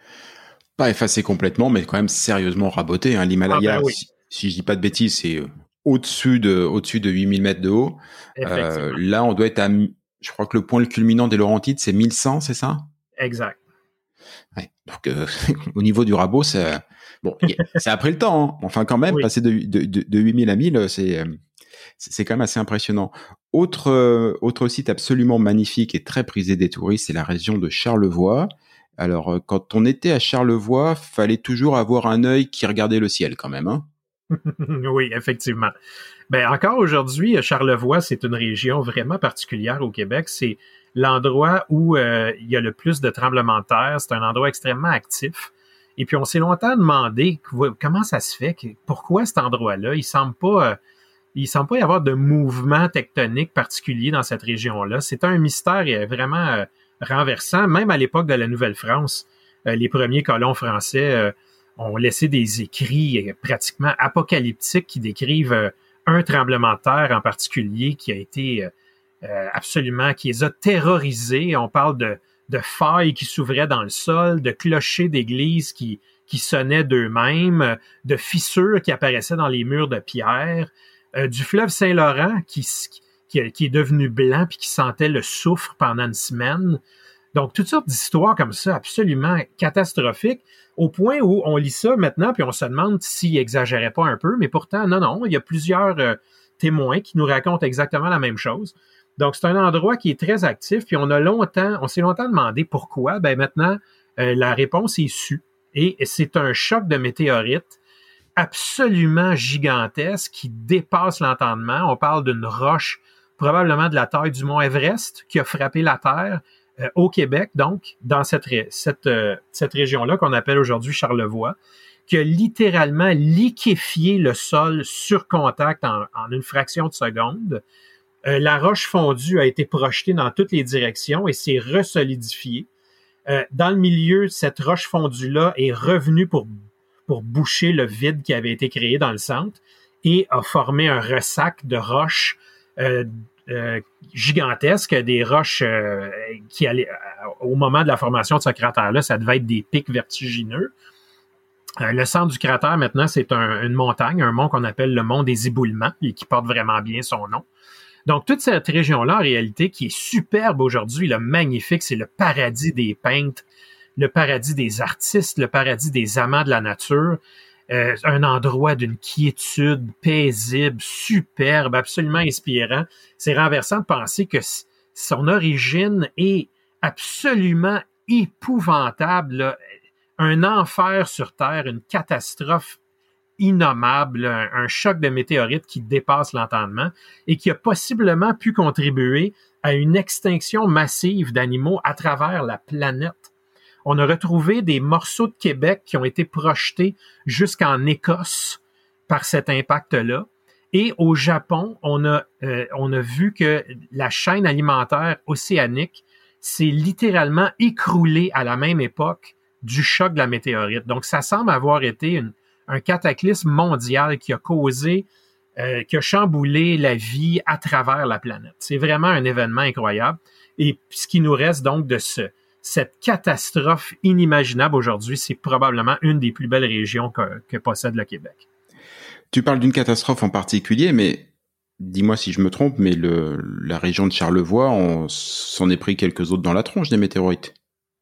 Pas effacé complètement, mais quand même sérieusement raboté. Hein. L'Himalaya, ah ben oui. si, si je dis pas de bêtises, c'est au-dessus de, au-dessus de huit mille mètres de haut. Euh, là, on doit être à, je crois que le point le culminant des Laurentides, c'est mille cent, c'est ça? Exact. Ouais. Donc, euh, au niveau du rabot, c'est, bon, c'est après le temps. Hein. Enfin, quand même, oui. passer de, de, de, de huit mille à mille, c'est, c'est quand même assez impressionnant. Autre, euh, autre site absolument magnifique et très prisé des touristes, c'est la région de Charlevoix. Alors, quand on était à Charlevoix, fallait toujours avoir un œil qui regardait le ciel quand même, hein? Oui, effectivement. Ben, encore aujourd'hui, Charlevoix, c'est une région vraiment particulière au Québec. C'est l'endroit où euh, il y a le plus de tremblements de terre. C'est un endroit extrêmement actif. Et puis, on s'est longtemps demandé comment ça se fait, pourquoi cet endroit-là, il semble pas, euh, il semble pas y avoir de mouvement tectonique particulier dans cette région-là. C'est un mystère et vraiment euh, renversant. Même à l'époque de la Nouvelle-France, euh, les premiers colons français euh, ont laissé des écrits euh, pratiquement apocalyptiques qui décrivent euh, un tremblement de terre en particulier qui a été euh, absolument, qui les a terrorisés. On parle de, de failles qui s'ouvraient dans le sol, de clochers d'églises qui, qui sonnaient d'eux-mêmes, de fissures qui apparaissaient dans les murs de pierre, euh, du fleuve Saint-Laurent qui, qui, qui est devenu blanc puis qui sentait le soufre pendant une semaine. Donc, toutes sortes d'histoires comme ça, absolument catastrophiques, au point où on lit ça maintenant, puis on se demande s'il exagérait pas un peu, mais pourtant, non, non, il y a plusieurs euh, témoins qui nous racontent exactement la même chose. Donc, c'est un endroit qui est très actif, puis on a longtemps, on s'est longtemps demandé pourquoi. Ben maintenant, euh, la réponse est sue, et c'est un choc de météorites absolument gigantesque qui dépasse l'entendement. On parle d'une roche probablement de la taille du mont Everest qui a frappé la Terre euh, au Québec, donc dans cette, cette, euh, cette région-là qu'on appelle aujourd'hui Charlevoix, qui a littéralement liquéfié le sol sur contact en, en une fraction de seconde. Euh, la roche fondue a été projetée dans toutes les directions et s'est resolidifiée. Euh, dans le milieu, cette roche fondue-là est revenue pour, pour boucher le vide qui avait été créé dans le centre et a formé un ressac de roches euh, euh, gigantesques, des roches euh, qui allaient, euh, au moment de la formation de ce cratère-là, ça devait être des pics vertigineux. Euh, le centre du cratère, maintenant, c'est un, une montagne, un mont qu'on appelle le mont des Éboulements et qui porte vraiment bien son nom. Donc, toute cette région-là, en réalité, qui est superbe aujourd'hui, le magnifique, c'est le paradis des peintres, le paradis des artistes, le paradis des amants de la nature, euh, un endroit d'une quiétude paisible, superbe, absolument inspirant. C'est renversant de penser que son origine est absolument épouvantable, là. Un enfer sur Terre, une catastrophe innommable, un, un choc de météorites qui dépasse l'entendement et qui a possiblement pu contribuer à une extinction massive d'animaux à travers la planète. On a retrouvé des morceaux de Québec qui ont été projetés jusqu'en Écosse par cet impact-là. Et au Japon, on a, euh, on a vu que la chaîne alimentaire océanique s'est littéralement écroulée à la même époque du choc de la météorite. Donc, ça semble avoir été une un cataclysme mondial qui a causé, euh, qui a chamboulé la vie à travers la planète. C'est vraiment un événement incroyable. Et ce qui nous reste donc de ce, cette catastrophe inimaginable aujourd'hui, c'est probablement une des plus belles régions que, que possède le Québec. Tu parles d'une catastrophe en particulier, mais dis-moi si je me trompe, mais le, la région de Charlevoix, on s'en est pris quelques autres dans la tronche des météorites.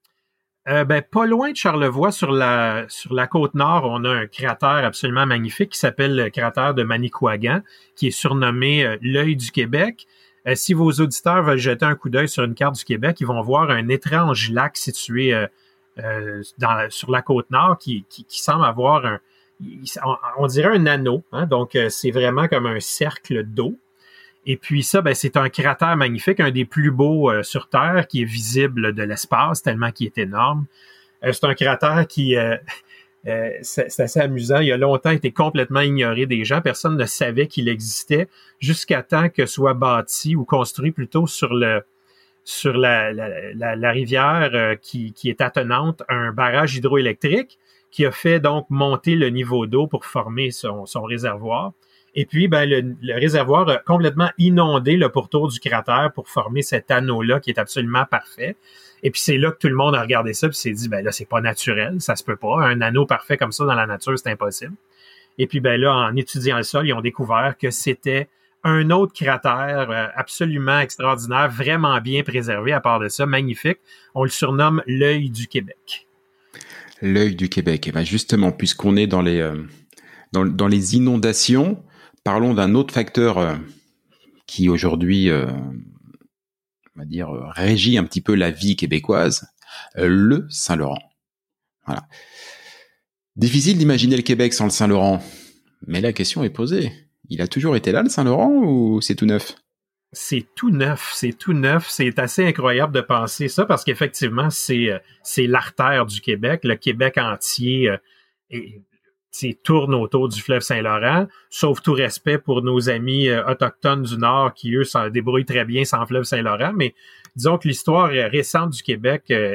Euh, ben, pas loin de Charlevoix, sur la, sur la côte nord, on a un cratère absolument magnifique qui s'appelle le cratère de Manicouagan, qui est surnommé euh, l'œil du Québec. Euh, si vos auditeurs veulent jeter un coup d'œil sur une carte du Québec, ils vont voir un étrange lac situé euh, euh, dans, sur la côte nord qui, qui, qui semble avoir un, on, on dirait un anneau, hein, donc euh, c'est vraiment comme un cercle d'eau. Et puis ça, ben, c'est un cratère magnifique, un des plus beaux euh, sur Terre, qui est visible de l'espace, tellement qu'il est énorme. Euh, c'est un cratère qui, euh, euh, c'est, c'est assez amusant, il a longtemps été complètement ignoré des gens. Personne ne savait qu'il existait jusqu'à temps que soit bâti ou construit plutôt sur le sur la, la, la, la rivière euh, qui, qui est attenante un barrage hydroélectrique qui a fait donc monter le niveau d'eau pour former son, son réservoir. Et puis, ben, le, le réservoir a complètement inondé le pourtour du cratère pour former cet anneau-là qui est absolument parfait. Et puis, c'est là que tout le monde a regardé ça puis s'est dit, ben là, c'est pas naturel, ça se peut pas. Un anneau parfait comme ça dans la nature, c'est impossible. Et puis, ben là, en étudiant le sol, ils ont découvert que c'était un autre cratère absolument extraordinaire, vraiment bien préservé, à part de ça, magnifique. On le surnomme l'œil du Québec. L'œil du Québec. Et ben justement, puisqu'on est dans les, euh, dans, dans les inondations, parlons d'un autre facteur euh, qui aujourd'hui, euh, on va dire, euh, régit un petit peu la vie québécoise, euh, le Saint-Laurent. Voilà. Difficile d'imaginer le Québec sans le Saint-Laurent, mais la question est posée. Il a toujours été là, le Saint-Laurent, ou c'est tout neuf? C'est tout neuf, c'est tout neuf. C'est assez incroyable de penser ça parce qu'effectivement, c'est c'est l'artère du Québec. Le Québec entier euh, est, tourne autour du fleuve Saint-Laurent, sauf tout respect pour nos amis euh, autochtones du Nord qui, eux, s'en débrouillent très bien sans fleuve Saint-Laurent. Mais disons que l'histoire récente du Québec, euh,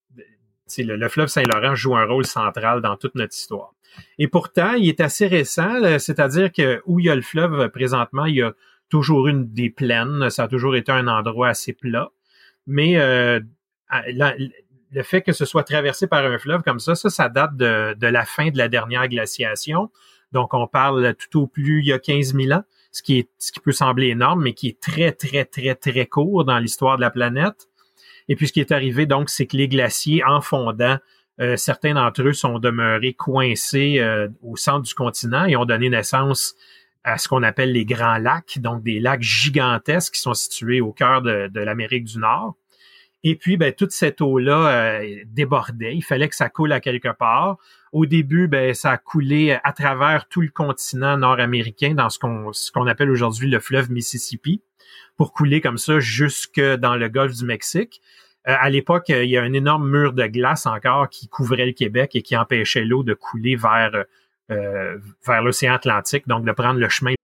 le, le fleuve Saint-Laurent joue un rôle central dans toute notre histoire. Et pourtant, il est assez récent, c'est-à-dire que où il y a le fleuve présentement, il y a toujours une des plaines, ça a toujours été un endroit assez plat, mais euh, la, le fait que ce soit traversé par un fleuve comme ça, ça, ça date de, de la fin de la dernière glaciation. Donc, on parle tout au plus il y a quinze mille ans, ce qui est, ce qui peut sembler énorme, mais qui est très, très, très, très court dans l'histoire de la planète. Et puis, ce qui est arrivé, donc, c'est que les glaciers, en fondant, euh, certains d'entre eux sont demeurés coincés euh, au centre du continent et ont donné naissance à ce qu'on appelle les grands lacs, donc des lacs gigantesques qui sont situés au cœur de, de l'Amérique du Nord. Et puis, ben, toute cette eau-là euh, débordait. Il fallait que ça coule à quelque part. Au début, ben, ça a coulé à travers tout le continent nord-américain dans ce qu'on, ce qu'on appelle aujourd'hui le fleuve Mississippi, pour couler comme ça jusque dans le golfe du Mexique. Euh, à l'époque, il y a un énorme mur de glace encore qui couvrait le Québec et qui empêchait l'eau de couler vers euh, vers l'océan Atlantique, donc de prendre le chemin.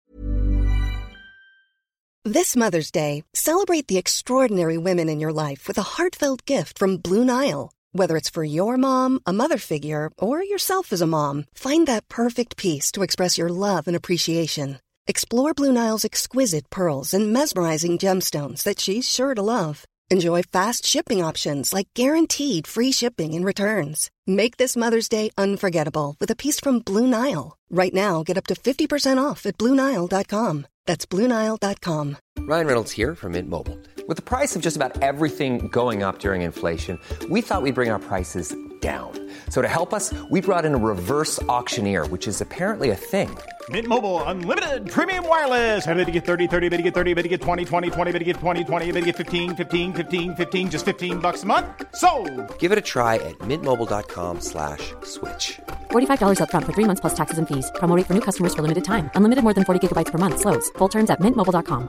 This Mother's Day, celebrate the extraordinary women in your life with a heartfelt gift from Blue Nile. Whether it's for your mom, a mother figure, or yourself as a mom, find that perfect piece to express your love and appreciation. Explore Blue Nile's exquisite pearls and mesmerizing gemstones that she's sure to love. Enjoy fast shipping options like guaranteed free shipping and returns. Make this Mother's Day unforgettable with a piece from Blue Nile. Right now, get up to fifty percent off at Blue Nile dot com. That's Blue Nile dot com. Ryan Reynolds here from Mint Mobile. With the price of just about everything going up during inflation, we thought we'd bring our prices down. So to help us, we brought in a reverse auctioneer, which is apparently a thing. Mint Mobile Unlimited Premium Wireless. How to get thirty, thirty, how to get thirty, how to get twenty, twenty, twenty, how to get twenty, twenty, how to get fifteen, fifteen, fifteen, fifteen, just fifteen bucks a month? Sold! Give it a try at mintmobile.com slash switch. forty-five dollars up front for three months plus taxes and fees. Promo rate for new customers for limited time. Unlimited more than forty gigabytes per month. Slows full terms at mint mobile dot com.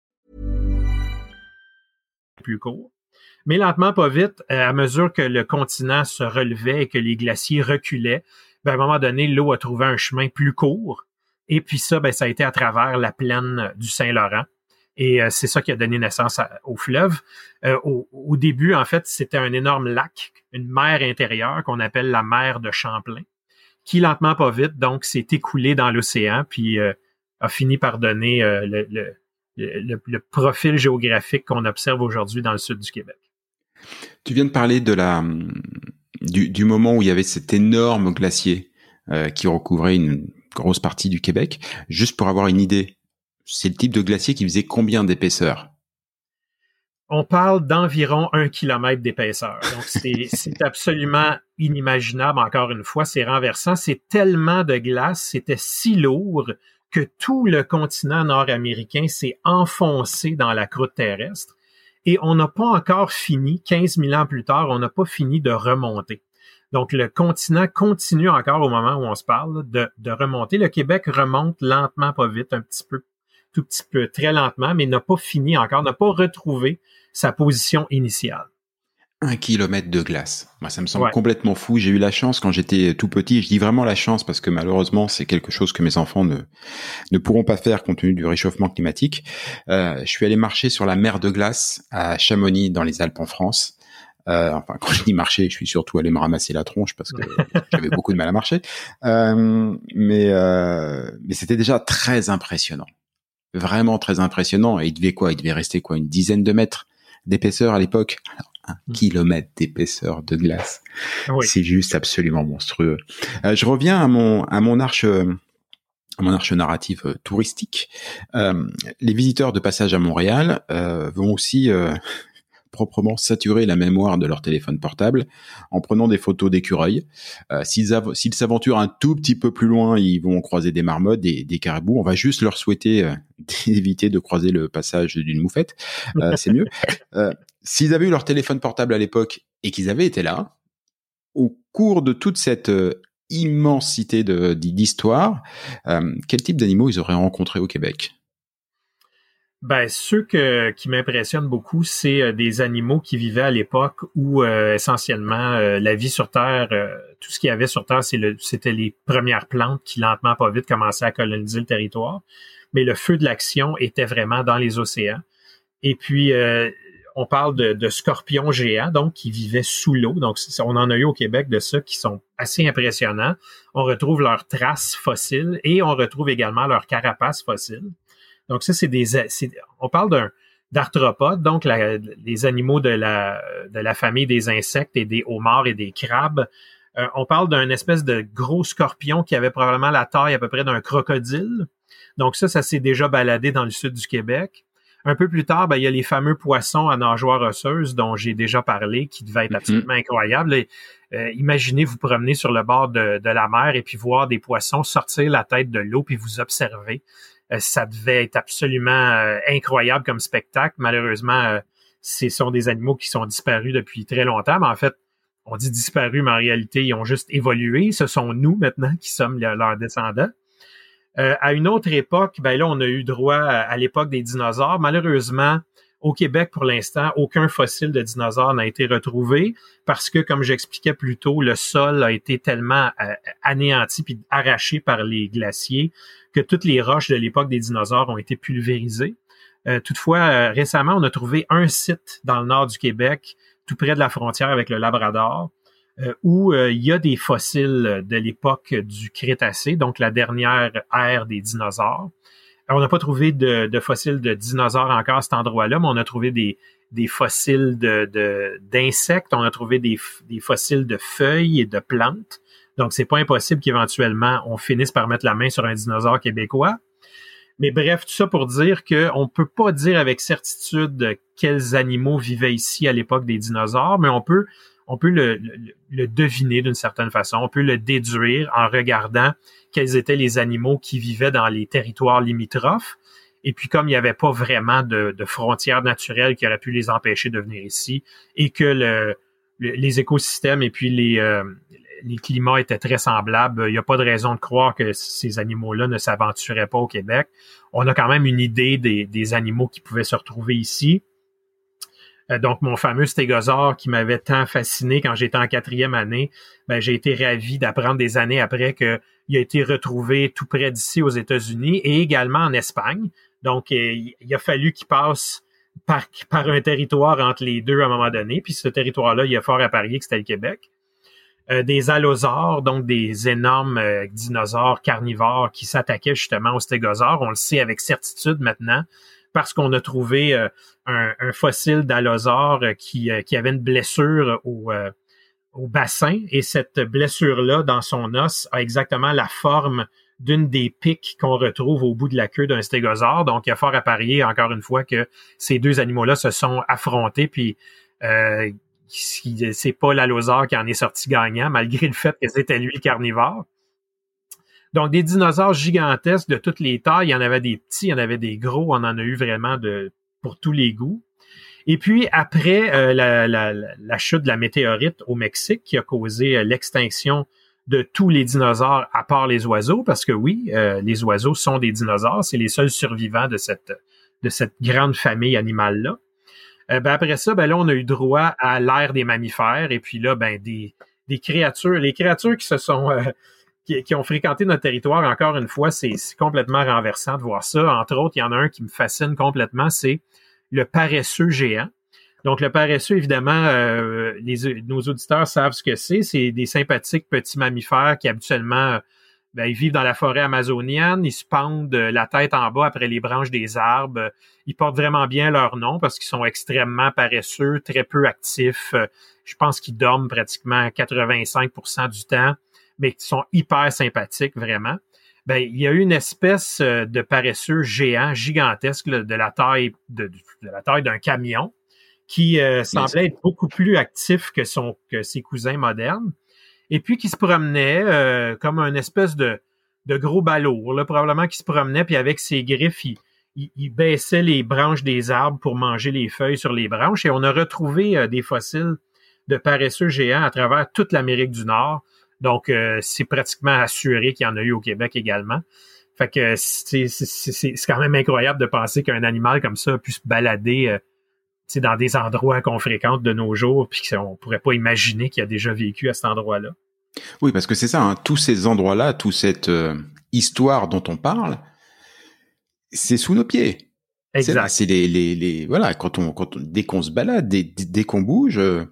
Plus court. Mais lentement, pas vite, à mesure que le continent se relevait et que les glaciers reculaient, ben, à un moment donné, l'eau a trouvé un chemin plus court. Et puis ça, ben, ça a été à travers la plaine du Saint-Laurent. Et euh, c'est ça qui a donné naissance à, au fleuve. Euh, au, au début, en fait, c'était un énorme lac, une mer intérieure qu'on appelle la mer de Champlain, qui lentement, pas vite, donc, s'est écoulé dans l'océan, puis euh, a fini par donner euh, le, le, le, le profil géographique qu'on observe aujourd'hui dans le sud du Québec. Tu viens de parler de la du, du moment où il y avait cet énorme glacier euh, qui recouvrait une grosse partie du Québec. Juste pour avoir une idée, c'est le type de glacier qui faisait combien d'épaisseur? On parle d'environ un kilomètre d'épaisseur. Donc, c'est, c'est absolument inimaginable, encore une fois. C'est renversant. C'est tellement de glace, c'était si lourd que tout le continent nord-américain s'est enfoncé dans la croûte terrestre. Et on n'a pas encore fini, quinze mille ans plus tard, on n'a pas fini de remonter. Donc, le continent continue encore au moment où on se parle de, de remonter. Le Québec remonte lentement, pas vite, un petit peu, tout petit peu, très lentement, mais n'a pas fini encore, n'a pas retrouvé sa position initiale. Un kilomètre de glace. Moi, ça me semble ouais. complètement fou. J'ai eu la chance quand j'étais tout petit. Je dis vraiment la chance parce que malheureusement, c'est quelque chose que mes enfants ne ne pourront pas faire compte tenu du réchauffement climatique. Euh, je suis allé marcher sur la mer de glace à Chamonix, dans les Alpes en France. Euh, enfin, quand je dis marcher, je suis surtout allé me ramasser la tronche parce que j'avais beaucoup de mal à marcher. Euh, mais euh, mais c'était déjà très impressionnant, vraiment très impressionnant. Et il devait quoi Il devait rester quoi une dizaine de mètres d'épaisseur à l'époque. Alors, un mmh. kilomètre d'épaisseur de glace, oui. C'est juste absolument monstrueux. Euh, je reviens à mon à mon arche. Euh, à mon arche narrative euh, touristique. Euh, les visiteurs de passage à Montréal euh, vont aussi euh, proprement saturer la mémoire de leur téléphone portable en prenant des photos d'écureuils. Euh, s'ils, av- s'ils s'aventurent un tout petit peu plus loin, ils vont croiser des marmottes, des, des caribous. On va juste leur souhaiter euh, d'éviter de croiser le passage d'une moufette. Euh, c'est mieux. Euh, s'ils avaient eu leur téléphone portable à l'époque et qu'ils avaient été là, au cours de toute cette euh, immensité de, d'histoire, euh, quel type d'animaux ils auraient rencontrés au Québec? Ben, ceux que, qui m'impressionnent beaucoup, c'est euh, des animaux qui vivaient à l'époque où euh, essentiellement euh, la vie sur Terre, euh, tout ce qu'il y avait sur Terre, c'est le, c'était les premières plantes qui lentement, pas vite, commençaient à coloniser le territoire. Mais le feu de l'action était vraiment dans les océans. Et puis, euh, on parle de, de scorpions géants, donc qui vivaient sous l'eau. Donc, on en a eu au Québec de ça qui sont assez impressionnants. On retrouve leurs traces fossiles et on retrouve également leurs carapaces fossiles. Donc, ça, c'est des, c'est, on parle d'un, d'arthropodes, donc la, les animaux de la, de la famille des insectes et des homards et des crabes. Euh, on parle d'un espèce de gros scorpion qui avait probablement la taille à peu près d'un crocodile. Donc, ça, ça s'est déjà baladé dans le sud du Québec. Un peu plus tard, ben, il y a les fameux poissons à nageoires osseuses dont j'ai déjà parlé, qui devaient être absolument mm-hmm. incroyables. Et, euh, imaginez vous promener sur le bord de, de la mer et puis voir des poissons sortir la tête de l'eau puis vous observer. Euh, ça devait être absolument euh, incroyable comme spectacle. Malheureusement, euh, ce sont des animaux qui sont disparus depuis très longtemps. Mais en fait, on dit disparus, mais en réalité, ils ont juste évolué. Ce sont nous maintenant qui sommes le, leurs descendants. Euh, à une autre époque, ben là, on a eu droit à, à l'époque des dinosaures. Malheureusement, au Québec, pour l'instant, aucun fossile de dinosaure n'a été retrouvé parce que, comme j'expliquais plus tôt, le sol a été tellement euh, anéanti puis arraché par les glaciers que toutes les roches de l'époque des dinosaures ont été pulvérisées. Euh, toutefois, euh, récemment, on a trouvé un site dans le nord du Québec, tout près de la frontière avec le Labrador, Euh, où euh, il y a des fossiles de l'époque du Crétacé, donc la dernière ère des dinosaures. Alors, on n'a pas trouvé de, de fossiles de dinosaures encore à cet endroit-là, mais on a trouvé des, des fossiles de, de, d'insectes, on a trouvé des, des fossiles de feuilles et de plantes. Donc, c'est pas impossible qu'éventuellement, on finisse par mettre la main sur un dinosaure québécois. Mais bref, tout ça pour dire qu'on peut pas dire avec certitude quels animaux vivaient ici à l'époque des dinosaures, mais on peut on peut le, le, le deviner d'une certaine façon, on peut le déduire en regardant quels étaient les animaux qui vivaient dans les territoires limitrophes. Et puis comme il n'y avait pas vraiment de, de frontières naturelles qui auraient pu les empêcher de venir ici et que le, le, les écosystèmes et puis les, euh, les climats étaient très semblables, il n'y a pas de raison de croire que ces animaux-là ne s'aventuraient pas au Québec. On a quand même une idée des, des animaux qui pouvaient se retrouver ici. Donc, mon fameux stégosaure qui m'avait tant fasciné quand j'étais en quatrième année, ben, j'ai été ravi d'apprendre des années après qu'il a été retrouvé tout près d'ici aux États-Unis et également en Espagne. Donc, il a fallu qu'il passe par, par un territoire entre les deux à un moment donné. Puis ce territoire-là, il y a fort à parier que c'était le Québec. Euh, des allosaures, donc des énormes euh, dinosaures carnivores qui s'attaquaient justement aux stégosaures. On le sait avec certitude maintenant, parce qu'on a trouvé euh, un, un fossile d'allosaure qui, euh, qui avait une blessure au, euh, au bassin, et cette blessure-là, dans son os, a exactement la forme d'une des piques qu'on retrouve au bout de la queue d'un stégosaure. Donc, il y a fort à parier, encore une fois, que ces deux animaux-là se sont affrontés, puis euh, c'est pas l'allosaure qui en est sorti gagnant, malgré le fait que c'était lui le carnivore. Donc, des dinosaures gigantesques de toutes les tailles. Il y en avait des petits, il y en avait des gros. On en a eu vraiment de pour tous les goûts. Et puis, après euh, la, la, la chute de la météorite au Mexique qui a causé euh, l'extinction de tous les dinosaures à part les oiseaux, parce que oui, euh, les oiseaux sont des dinosaures. C'est les seuls survivants de cette, de cette grande famille animale-là. Euh, ben après ça, ben là, on a eu droit à l'ère des mammifères. Et puis là, ben des, des créatures, les créatures qui se sont... Euh, Qui, qui ont fréquenté notre territoire, encore une fois, c'est, c'est complètement renversant de voir ça. Entre autres, il y en a un qui me fascine complètement, c'est le paresseux géant. Donc, le paresseux, évidemment, euh, les, nos auditeurs savent ce que c'est. C'est des sympathiques petits mammifères qui, habituellement, ben, ils vivent dans la forêt amazonienne. Ils se pendent la tête en bas après les branches des arbres. Ils portent vraiment bien leur nom parce qu'ils sont extrêmement paresseux, très peu actifs. Je pense qu'ils dorment pratiquement quatre-vingt-cinq pour cent du temps, mais ils sont hyper sympathiques, vraiment. Ben, il y a une espèce de paresseux géant, gigantesque, là, de la taille de, de la taille d'un camion, qui euh, semblait être beaucoup plus actif que son que ses cousins modernes, et puis qui se promenait euh, comme un espèce de, de gros balourd, là, probablement qui se promenait, puis avec ses griffes, il, il, il baissait les branches des arbres pour manger les feuilles sur les branches, et on a retrouvé euh, des fossiles de paresseux géants à travers toute l'Amérique du Nord, donc euh, c'est pratiquement assuré qu'il y en a eu au Québec également. Fait que c'est, c'est, c'est, c'est quand même incroyable de penser qu'un animal comme ça a pu se balader euh, dans des endroits qu'on fréquente de nos jours, puis qu'on pourrait pas imaginer qu'il a déjà vécu à cet endroit-là. Oui, parce que c'est ça, hein, tous ces endroits-là, toute cette euh, histoire dont on parle, c'est sous nos pieds. Exact. C'est, c'est les, les, les, voilà, quand on, quand on, dès qu'on se balade, dès, dès qu'on bouge, euh,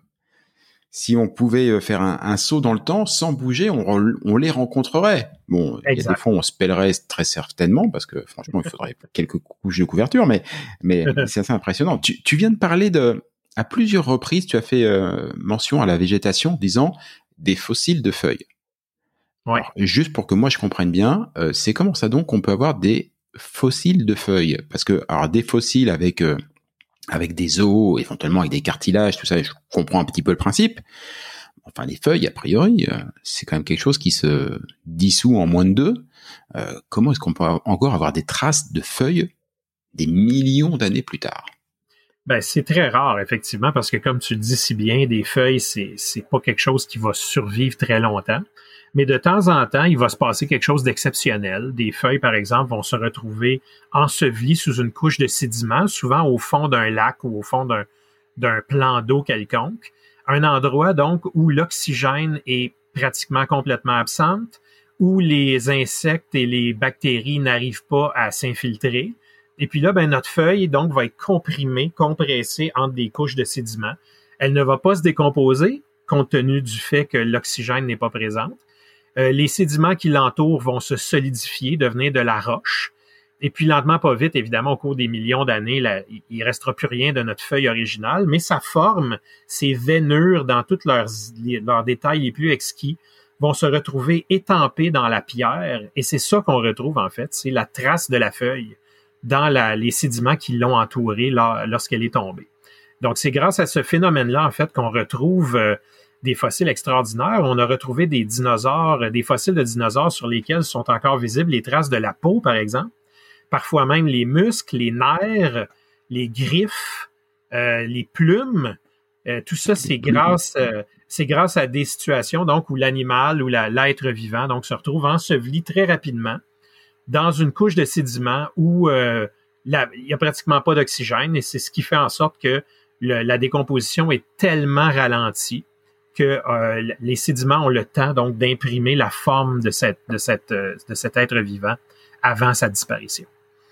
si on pouvait faire un, un saut dans le temps sans bouger, on, on les rencontrerait. Bon, exact. Il y a des fois, on se pèlerait très certainement, parce que franchement, il faudrait quelques couches de couverture, mais, mais c'est assez impressionnant. Tu, tu viens de parler de, à plusieurs reprises, tu as fait euh, mention à la végétation, disant des fossiles de feuilles. Ouais. Alors, juste pour que moi je comprenne bien, euh, c'est comment ça donc qu'on peut avoir des fossiles de feuilles? Parce que, alors, des fossiles avec euh, avec des os, éventuellement avec des cartilages, tout ça, je comprends un petit peu le principe. Enfin, les feuilles, a priori, euh, c'est quand même quelque chose qui se dissout en moins de deux. Euh, comment est-ce qu'on peut encore avoir des traces de feuilles des millions d'années plus tard? Ben, c'est très rare, effectivement, parce que comme tu le dis si bien, des feuilles, c'est, c'est pas quelque chose qui va survivre très longtemps. Mais de temps en temps, il va se passer quelque chose d'exceptionnel. Des feuilles, par exemple, vont se retrouver ensevelies sous une couche de sédiments, souvent au fond d'un lac ou au fond d'un, d'un plan d'eau quelconque. Un endroit, donc, où l'oxygène est pratiquement complètement absente, où les insectes et les bactéries n'arrivent pas à s'infiltrer. Et puis là, ben, notre feuille, donc, va être comprimée, compressée entre des couches de sédiments. Elle ne va pas se décomposer, compte tenu du fait que l'oxygène n'est pas présent. Euh, les sédiments qui l'entourent vont se solidifier, devenir de la roche. Et puis, lentement, pas vite, évidemment, au cours des millions d'années, là, il ne restera plus rien de notre feuille originale, mais sa forme, ses veinures, dans tous leurs, leurs détails les plus exquis, vont se retrouver étampées dans la pierre. Et c'est ça qu'on retrouve, en fait, c'est la trace de la feuille dans la, les sédiments qui l'ont entourée là, lorsqu'elle est tombée. Donc, c'est grâce à ce phénomène-là, en fait, qu'on retrouve euh, des fossiles extraordinaires. On a retrouvé des dinosaures, des fossiles de dinosaures sur lesquels sont encore visibles les traces de la peau, par exemple. Parfois même les muscles, les nerfs, les griffes, euh, les plumes. Euh, tout ça, c'est grâce, euh, c'est grâce à des situations donc où l'animal ou la, l'être vivant donc se retrouve enseveli très rapidement dans une couche de sédiments où euh, la, il n'y a pratiquement pas d'oxygène, et c'est ce qui fait en sorte que le, la décomposition est tellement ralentie que euh, les sédiments ont le temps donc d'imprimer la forme de, cette, de, cette, de cet être vivant avant sa disparition.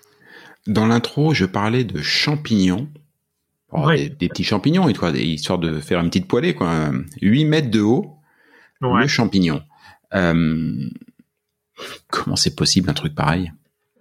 Dans l'intro, je parlais de champignons. Oh, oui. des, des petits champignons, quoi, histoire de faire une petite poêlée, quoi. huit mètres de haut, ouais. Le champignon. Euh, comment c'est possible, un truc pareil?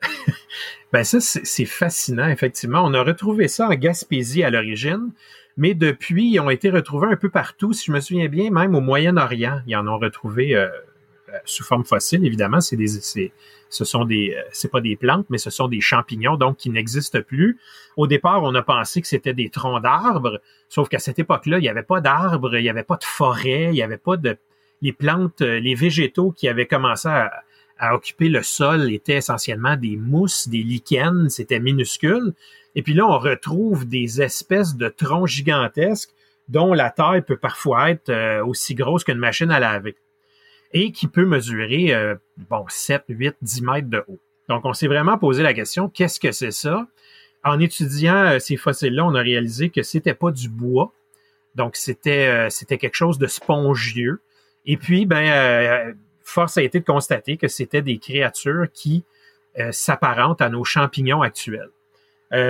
Ben ça, c'est, c'est fascinant, effectivement. On a retrouvé ça en Gaspésie à l'origine, mais depuis, ils ont été retrouvés un peu partout. Si je me souviens bien, même au Moyen-Orient, ils en ont retrouvé euh, sous forme fossile, évidemment. C'est des, c'est, ce sont des, c'est pas des plantes, mais ce sont des champignons, donc qui n'existent plus. Au départ, on a pensé que c'était des troncs d'arbres, sauf qu'à cette époque-là, il n'y avait pas d'arbres, il n'y avait pas de forêt, il n'y avait pas de... Les plantes, les végétaux qui avaient commencé à, à occuper le sol étaient essentiellement des mousses, des lichens, c'était minuscule. Et puis là, on retrouve des espèces de troncs gigantesques dont la taille peut parfois être euh, aussi grosse qu'une machine à laver et qui peut mesurer euh, bon sept, huit, dix mètres de haut. Donc, on s'est vraiment posé la question, qu'est-ce que c'est ça? En étudiant euh, ces fossiles-là, on a réalisé que c'était pas du bois, donc c'était euh, c'était quelque chose de spongieux. Et puis, ben, euh, force a été de constater que c'était des créatures qui euh, s'apparentent à nos champignons actuels. Euh,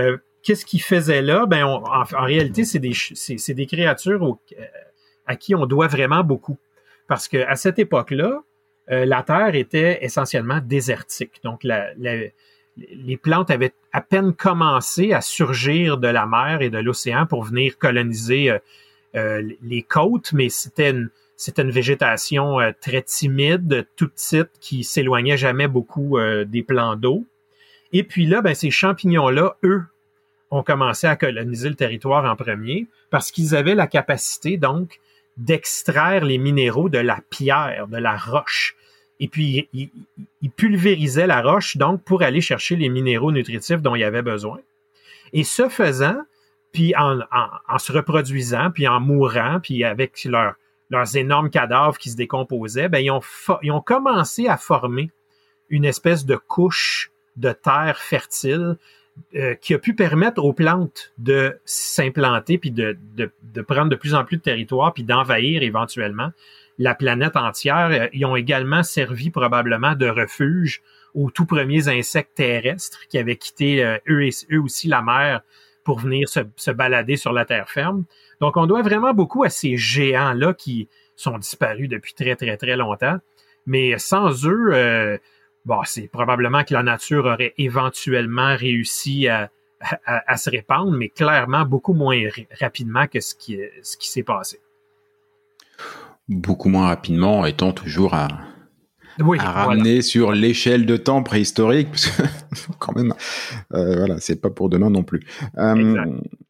qu'est-ce qu'ils faisaient là? Ben, on, en, en réalité, c'est des, c'est, c'est des créatures au, à qui on doit vraiment beaucoup. Parce que à cette époque-là, euh, la Terre était essentiellement désertique. Donc, la, la, les plantes avaient à peine commencé à surgir de la mer et de l'océan pour venir coloniser euh, euh, les côtes, mais c'était une, c'était une végétation euh, très timide, toute petite, qui s'éloignait jamais beaucoup euh, des plans d'eau. Et puis là, ben, ces champignons-là, eux, ont commencé à coloniser le territoire en premier parce qu'ils avaient la capacité, donc, d'extraire les minéraux de la pierre, de la roche. Et puis, ils il pulvérisaient la roche, donc, pour aller chercher les minéraux nutritifs dont il y avait besoin. Et ce faisant, puis en, en, en se reproduisant, puis en mourant, puis avec leur, leurs énormes cadavres qui se décomposaient, ben, ils ont, fo- ils ont commencé à former une espèce de couche de terre fertile euh, qui a pu permettre aux plantes de s'implanter puis de, de, de prendre de plus en plus de territoire puis d'envahir éventuellement la planète entière. Ils ont également servi probablement de refuge aux tout premiers insectes terrestres qui avaient quitté euh, eux, et, eux aussi la mer pour venir se, se balader sur la terre ferme. Donc, on doit vraiment beaucoup à ces géants-là qui sont disparus depuis très, très, très longtemps. Mais sans eux, euh, bon, c'est probablement que la nature aurait éventuellement réussi à, à, à se répandre, mais clairement beaucoup moins r- rapidement que ce qui, ce qui s'est passé. Beaucoup moins rapidement, étant toujours à, oui, à ramener voilà. sur l'échelle de temps préhistorique, parce que quand même, euh, voilà, c'est pas pour demain non plus. Euh,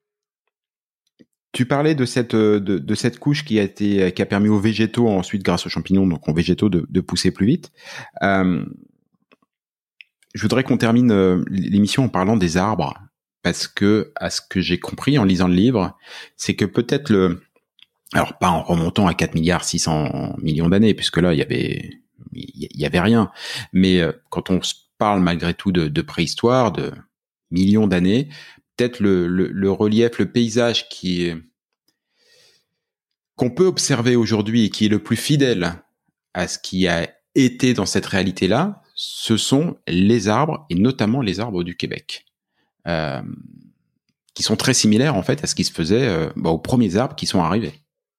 tu parlais de cette de, de cette couche qui a été qui a permis aux végétaux ensuite, grâce aux champignons, donc aux végétaux de, de pousser plus vite. Euh, je voudrais qu'on termine euh, l'émission en parlant des arbres, parce que à ce que j'ai compris en lisant le livre, c'est que peut-être le alors pas en remontant à quatre milliards six cents millions d'années, puisque là il y avait il y avait rien, mais euh, quand on parle malgré tout de, de préhistoire, de millions d'années, peut-être le, le, le relief, le paysage qui est, qu'on peut observer aujourd'hui et qui est le plus fidèle à ce qui a été dans cette réalité-là, ce sont les arbres, et notamment les arbres du Québec, euh, qui sont très similaires en fait à ce qui se faisait euh, bah, aux premiers arbres qui sont arrivés.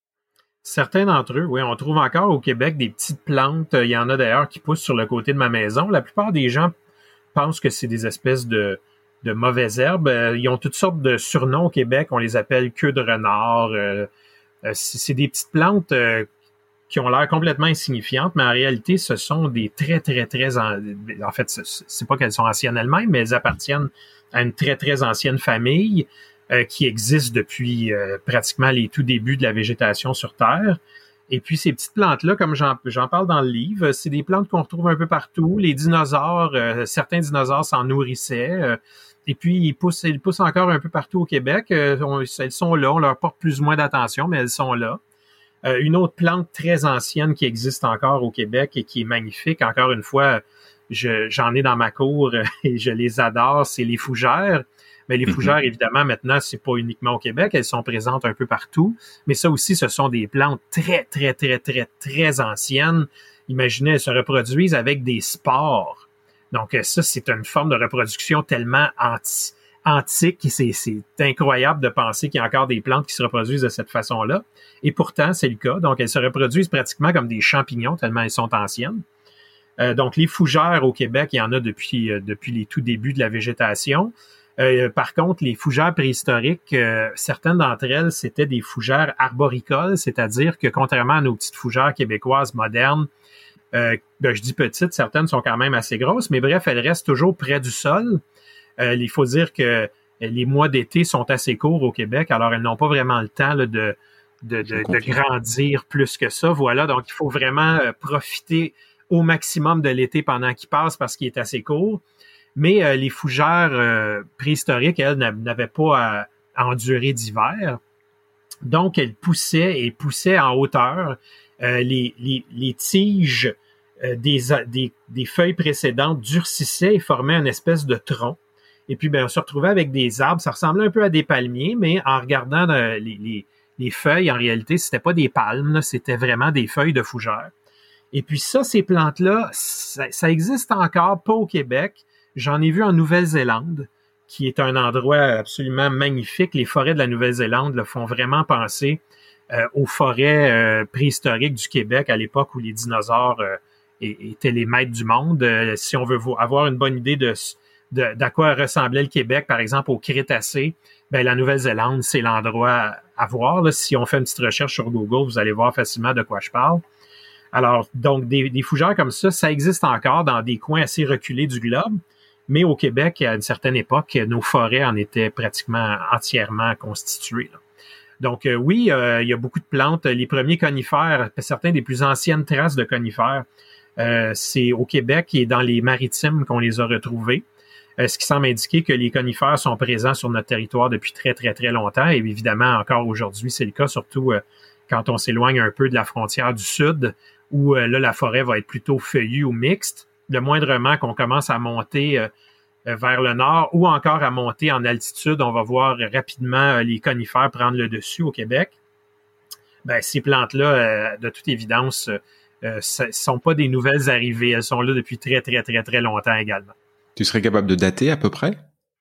Certains d'entre eux, oui, on trouve encore au Québec des petites plantes. Il y en a d'ailleurs qui poussent sur le côté de ma maison. La plupart des gens pensent que c'est des espèces de, de mauvaises herbes. Ils ont toutes sortes de surnoms au Québec. On les appelle queue de renard. Euh, c'est des petites plantes euh, qui ont l'air complètement insignifiantes, mais en réalité, ce sont des très, très, très... En, en fait, c'est pas qu'elles sont anciennes elles-mêmes, mais elles appartiennent à une très, très ancienne famille euh, qui existe depuis euh, pratiquement les tout débuts de la végétation sur Terre. Et puis, ces petites plantes-là, comme j'en, j'en parle dans le livre, c'est des plantes qu'on retrouve un peu partout. Les dinosaures, euh, certains dinosaures s'en nourrissaient. Euh, et puis, ils poussent, ils poussent encore un peu partout au Québec. Euh, on, elles sont là, on leur porte plus ou moins d'attention, mais elles sont là. Euh, une autre plante très ancienne qui existe encore au Québec et qui est magnifique, encore une fois, je, j'en ai dans ma cour et je les adore, c'est les fougères. Mais les fougères, mm-hmm. évidemment, maintenant, c'est pas uniquement au Québec, elles sont présentes un peu partout. Mais ça aussi, ce sont des plantes très, très, très, très, très anciennes. Imaginez, elles se reproduisent avec des spores. Donc ça, c'est une forme de reproduction tellement anti, antique. C'est, c'est incroyable de penser qu'il y a encore des plantes qui se reproduisent de cette façon-là. Et pourtant, c'est le cas. Donc, elles se reproduisent pratiquement comme des champignons, tellement elles sont anciennes. Euh, donc, les fougères au Québec, il y en a depuis, euh, depuis les tout débuts de la végétation. Euh, par contre, les fougères préhistoriques, euh, certaines d'entre elles, c'était des fougères arboricoles, c'est-à-dire que contrairement à nos petites fougères québécoises modernes, euh, ben, je dis petites, certaines sont quand même assez grosses, mais bref, elles restent toujours près du sol. Euh, il faut dire que les mois d'été sont assez courts au Québec, alors elles n'ont pas vraiment le temps là, de, de, de, de grandir plus que ça. Voilà, donc il faut vraiment euh, profiter au maximum de l'été pendant qu'il passe parce qu'il est assez court. Mais euh, les fougères euh, préhistoriques, elles, n'avaient pas à, à endurer d'hiver. Donc, elles poussaient et poussaient en hauteur. Euh, les, les, les tiges euh, des, des, des feuilles précédentes durcissaient et formaient une espèce de tronc. Et puis, ben, on se retrouvait avec des arbres. Ça ressemblait un peu à des palmiers, mais en regardant euh, les, les, les feuilles, en réalité, c'était pas des palmes, là, c'était vraiment des feuilles de fougères. Et puis ça, ces plantes-là, ça, ça existe encore, pas au Québec. J'en ai vu en Nouvelle-Zélande. qui est un endroit absolument magnifique. Les forêts de la Nouvelle-Zélande là, font vraiment penser euh, aux forêts euh, préhistoriques du Québec à l'époque où les dinosaures euh, étaient les maîtres du monde. Euh, si on veut avoir une bonne idée de, de d'à quoi ressemblait le Québec, par exemple au Crétacé, ben la Nouvelle-Zélande, c'est l'endroit à voir. Là. Si on fait une petite recherche sur Google, vous allez voir facilement de quoi je parle. Alors, donc, des, des fougères comme ça, ça existe encore dans des coins assez reculés du globe. Mais au Québec, à une certaine époque, nos forêts en étaient pratiquement entièrement constituées. Là. Donc euh, oui, euh, il y a beaucoup de plantes. Les premiers conifères, certains des plus anciennes traces de conifères, euh, c'est au Québec et dans les maritimes qu'on les a retrouvés. Euh, ce qui semble indiquer que les conifères sont présents sur notre territoire depuis très, très, très longtemps. Et évidemment, encore aujourd'hui, c'est le cas, surtout euh, quand on s'éloigne un peu de la frontière du sud, où euh, là, la forêt va être plutôt feuillue ou mixte. Le moindrement qu'on commence à monter euh, vers le nord ou encore à monter en altitude, on va voir rapidement euh, les conifères prendre le dessus au Québec. Ben, ces plantes-là, euh, de toute évidence, euh, ce ne sont pas des nouvelles arrivées. Elles sont là depuis très, très, très, très longtemps également. Tu serais capable de dater à peu près?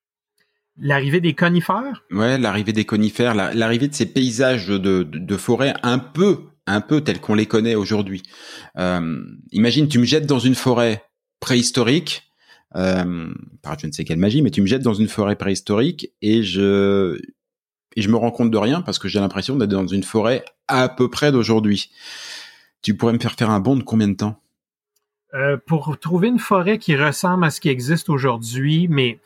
L'arrivée des conifères? Ouais, l'arrivée des conifères, la, l'arrivée de ces paysages de, de, de forêt un peu, un peu tels qu'on les connaît aujourd'hui. Euh, imagine, tu me jettes dans une forêt préhistorique, euh, par je ne sais quelle magie, mais tu me jettes dans une forêt préhistorique et je et je me rends compte de rien parce que j'ai l'impression d'être dans une forêt à peu près d'aujourd'hui. Tu pourrais me faire faire un bond de combien de temps? Euh, pour trouver une forêt qui ressemble à ce qui existe aujourd'hui, mais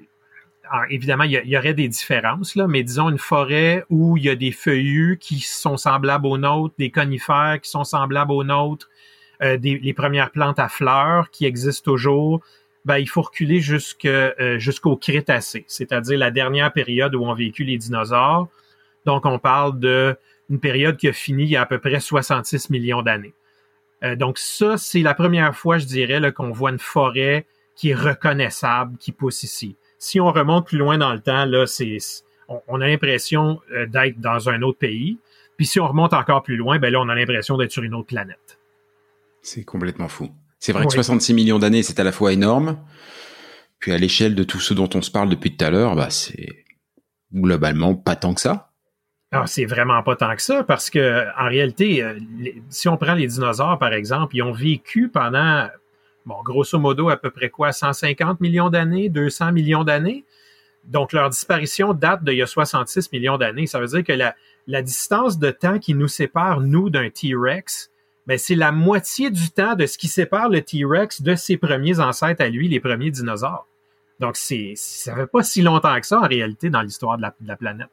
alors, évidemment, il y, y aurait des différences, là, mais disons une forêt où il y a des feuillus qui sont semblables aux nôtres, des conifères qui sont semblables aux nôtres, Euh, des, les premières plantes à fleurs qui existent toujours, ben, il faut reculer jusque, euh, jusqu'au Crétacé, c'est-à-dire la dernière période où ont vécu les dinosaures. Donc, on parle d'une période qui a fini il y a à peu près soixante-six millions d'années. Euh, donc, ça, c'est la première fois, je dirais, là, qu'on voit une forêt qui est reconnaissable, qui pousse ici. Si on remonte plus loin dans le temps, là, c'est, on, on a l'impression euh, d'être dans un autre pays. Puis si on remonte encore plus loin, ben là, on a l'impression d'être sur une autre planète. C'est complètement fou. C'est vrai oui. que soixante-six millions d'années, c'est à la fois énorme, puis à l'échelle de tout ce dont on se parle depuis tout à l'heure, bah c'est globalement pas tant que ça. Alors, c'est vraiment pas tant que ça, parce que en réalité, euh, les, si on prend les dinosaures, par exemple, ils ont vécu pendant, bon, grosso modo, à peu près quoi, cent cinquante millions d'années, deux cents millions d'années. Donc, leur disparition date d'il y a soixante-six millions d'années. Ça veut dire que la, la distance de temps qui nous sépare, nous, d'un T-Rex, ben, c'est la moitié du temps de ce qui sépare le T-Rex de ses premiers ancêtres à lui, les premiers dinosaures. Donc, c'est, ça fait pas si longtemps que ça, en réalité, dans l'histoire de la, de la planète.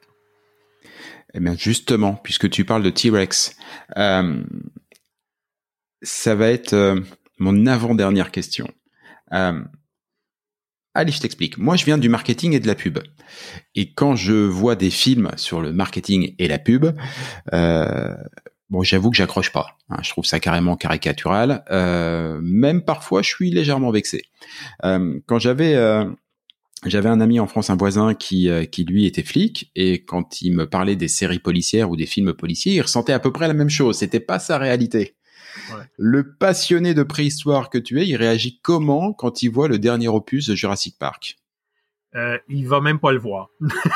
Eh bien, justement, puisque tu parles de T-Rex, euh, ça va être euh, mon avant-dernière question. Euh, allez, je t'explique. Moi, je viens du marketing et de la pub. Et quand je vois des films sur le marketing et la pub, euh, bon, j'avoue que j'accroche pas. Hein, je trouve ça carrément caricatural. Euh, même parfois, je suis légèrement vexé. Euh, quand j'avais, euh, j'avais un ami en France, un voisin qui, euh, qui lui était flic, et quand il me parlait des séries policières ou des films policiers, il ressentait à peu près la même chose. C'était pas sa réalité. Ouais. Le passionné de préhistoire que tu es, il réagit comment quand il voit le dernier opus de Jurassic Park? Euh, il va même pas le voir.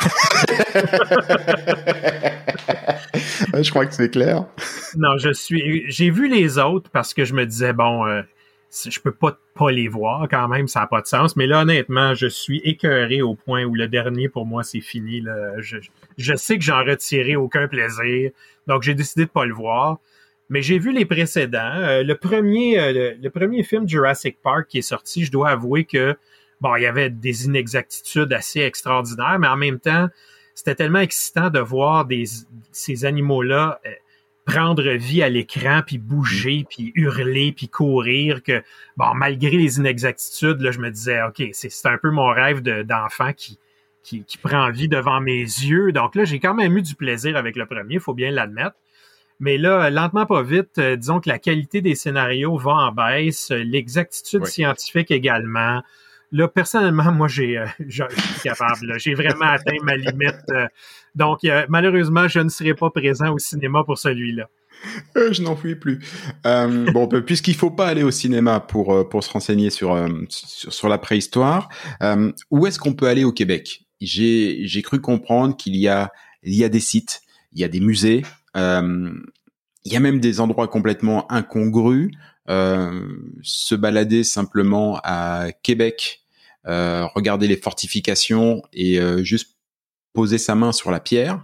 Je crois que c'est clair. Non, je suis. J'ai vu les autres parce que je me disais bon, euh, je peux pas pas les voir quand même, ça a pas de sens. Mais là, honnêtement, je suis écœuré au point où le dernier pour moi c'est fini. Là. Je, je sais que j'en retirerai aucun plaisir, donc j'ai décidé de pas le voir. Mais j'ai vu les précédents. Euh, le premier, euh, le, le premier film Jurassic Park qui est sorti, je dois avouer que bon, il y avait des inexactitudes assez extraordinaires, mais en même temps, c'était tellement excitant de voir des, ces animaux-là euh, prendre vie à l'écran, puis bouger, puis hurler, puis courir, que, bon, malgré les inexactitudes, là, je me disais, OK, c'est, c'est un peu mon rêve de, d'enfant qui, qui, qui prend vie devant mes yeux. Donc là, j'ai quand même eu du plaisir avec le premier, il faut bien l'admettre. Mais là, lentement, pas vite, euh, disons que la qualité des scénarios va en baisse, l'exactitude oui. scientifique également. Là, personnellement, moi, j'ai, euh, je suis capable. Là. J'ai vraiment atteint ma limite. Euh, donc, euh, malheureusement, je ne serai pas présent au cinéma pour celui-là. Euh, je n'en pouvais plus. Euh, bon, puisqu'il faut pas aller au cinéma pour pour se renseigner sur euh, sur, sur la préhistoire, euh, où est-ce qu'on peut aller au Québec? J'ai j'ai cru comprendre qu'il y a il y a des sites, il y a des musées, euh, il y a même des endroits complètement incongrus. Euh, se balader simplement à Québec, euh, regarder les fortifications et euh, juste poser sa main sur la pierre.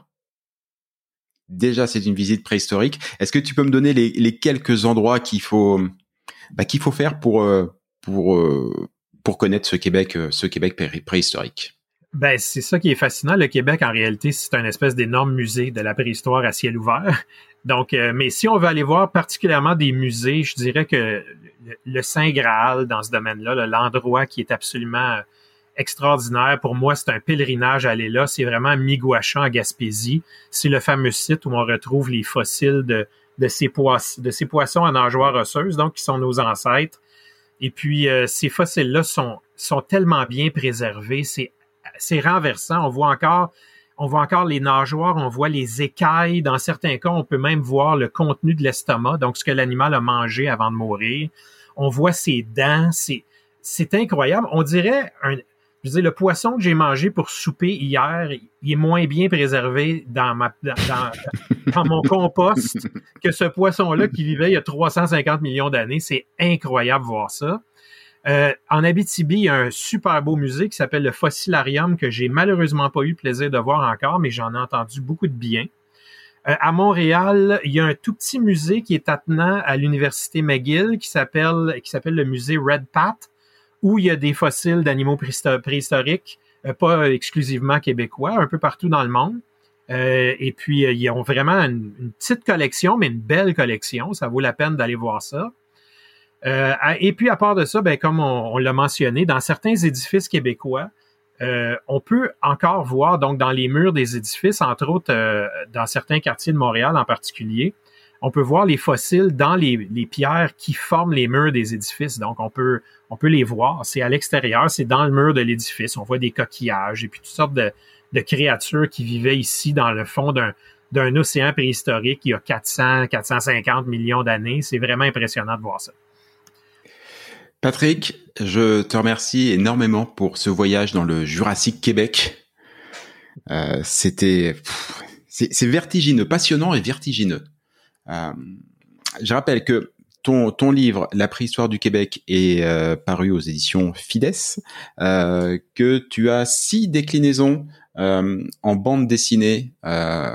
Déjà, c'est une visite préhistorique. Est-ce que tu peux me donner les, les quelques endroits qu'il faut, bah, qu'il faut faire pour euh, pour euh, pour connaître ce Québec, ce Québec pré- préhistorique? Ben, c'est ça qui est fascinant. Le Québec, en réalité, c'est un espèce d'énorme musée de la préhistoire à ciel ouvert. Donc, euh, mais si on veut aller voir particulièrement des musées, je dirais que le, le Saint Graal dans ce domaine-là, là, l'endroit qui est absolument extraordinaire. Pour moi, c'est un pèlerinage à aller là. C'est vraiment Miguacha en Gaspésie. C'est le fameux site où on retrouve les fossiles de, de, ces, poiss- de ces poissons à nageoires osseuses, donc qui sont nos ancêtres. Et puis, euh, ces fossiles-là sont, sont tellement bien préservés. C'est, c'est renversant. On voit encore, on voit encore les nageoires, on voit les écailles. Dans certains cas, on peut même voir le contenu de l'estomac, donc ce que l'animal a mangé avant de mourir. On voit ses dents. C'est, c'est incroyable. On dirait un... Je veux dire, le poisson que j'ai mangé pour souper hier, il est moins bien préservé dans ma dans, dans, dans mon compost que ce poisson-là qui vivait il y a trois cent cinquante millions d'années. C'est incroyable de voir ça. Euh, en Abitibi, il y a un super beau musée qui s'appelle le Fossilarium que j'ai malheureusement pas eu le plaisir de voir encore, mais j'en ai entendu beaucoup de bien. Euh, à Montréal, il y a un tout petit musée qui est attenant à l'Université McGill qui s'appelle qui s'appelle le musée Red Pat, où il y a des fossiles d'animaux préhistoriques, euh, pas exclusivement québécois, un peu partout dans le monde. Euh, et puis, euh, ils ont vraiment une, une petite collection, mais une belle collection. Ça vaut la peine d'aller voir ça. Euh, et puis, à part de ça, ben, comme on, on l'a mentionné, dans certains édifices québécois, euh, on peut encore voir, donc dans les murs des édifices, entre autres euh, dans certains quartiers de Montréal en particulier, on peut voir les fossiles dans les, les pierres qui forment les murs des édifices. Donc, on peut, on peut les voir. C'est à l'extérieur, c'est dans le mur de l'édifice. On voit des coquillages et puis toutes sortes de, de créatures qui vivaient ici dans le fond d'un, d'un océan préhistorique il y a quatre cents, quatre cent cinquante millions d'années. C'est vraiment impressionnant de voir ça. Patrick, je te remercie énormément pour ce voyage dans le Jurassique Québec. Euh, c'était, pff, c'est, c'est vertigineux, passionnant et vertigineux. Euh, je rappelle que ton ton livre La préhistoire du Québec est euh, paru aux éditions Fides, euh, que tu as six déclinaisons euh, en bande dessinée, euh,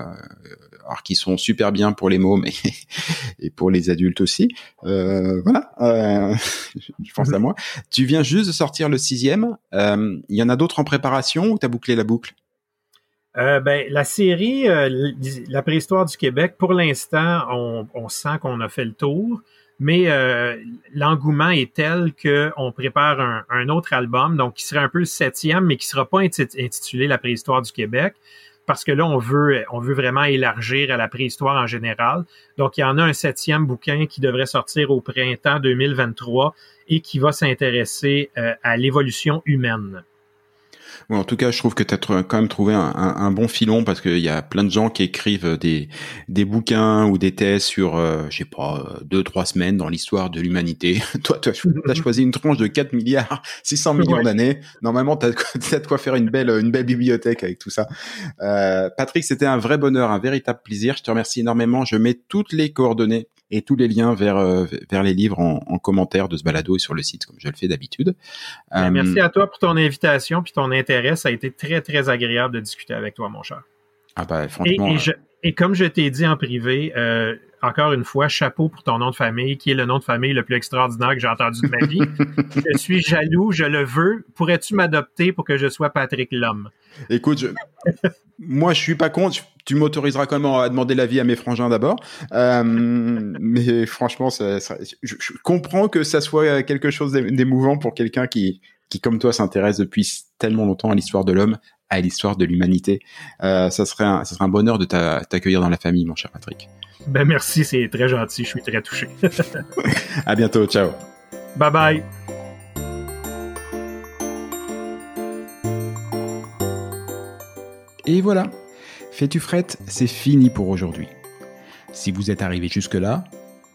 alors qui sont super bien pour les mômes et, et pour les adultes aussi. Euh, voilà, euh, je pense à moi. Tu viens juste de sortir le sixième. Euh, il y en a d'autres en préparation ou t'as bouclé la boucle? Euh, ben, la série euh, La préhistoire du Québec, pour l'instant, on, on sent qu'on a fait le tour, mais euh, l'engouement est tel qu'on prépare un, un autre album, donc qui serait un peu le septième, mais qui sera pas intitulé La préhistoire du Québec, parce que là, on veut, on veut vraiment élargir à la préhistoire en général. Donc, il y en a un septième bouquin qui devrait sortir au printemps deux mille vingt-trois et qui va s'intéresser euh, à l'évolution humaine. Ouais, en tout cas, je trouve que tu as quand même trouvé un, un, un bon filon parce qu'il y a plein de gens qui écrivent des des bouquins ou des thèses sur, euh, je sais pas, deux, trois semaines dans l'histoire de l'humanité. Toi, tu as choisi une tranche de quatre milliards six cents millions ouais. d'années. Normalement, tu as de quoi faire une belle une belle bibliothèque avec tout ça. Euh, Patrick, c'était un vrai bonheur, un véritable plaisir. Je te remercie énormément. Je mets toutes les coordonnées et tous les liens vers euh, vers les livres en, en commentaire de ce balado et sur le site, comme je le fais d'habitude. Euh, Merci à toi pour ton invitation puis ton intérêt. Ça a été très, très agréable de discuter avec toi, mon cher. Ah bah, franchement... Et, et, je, et comme je t'ai dit en privé, euh, encore une fois, chapeau pour ton nom de famille, qui est le nom de famille le plus extraordinaire que j'ai entendu de ma vie. Je suis jaloux, je le veux. Pourrais-tu m'adopter pour que je sois Patrick Lhomme? Écoute, je... moi, je suis pas contre. Tu m'autoriseras quand même à demander l'avis à mes frangins d'abord. Euh, mais franchement, ça, ça, je, je comprends que ça soit quelque chose d'émouvant pour quelqu'un qui, qui, comme toi, s'intéresse depuis tellement longtemps à l'histoire de l'homme, à l'histoire de l'humanité. Euh, ça serait un, ça serait un bonheur de t'a, t'accueillir dans la famille, mon cher Patrick. Ben merci, c'est très gentil. Je suis très touché. À bientôt. Ciao. Bye bye. Et voilà. Fais-tu frette, c'est fini pour aujourd'hui. Si vous êtes arrivé jusque-là,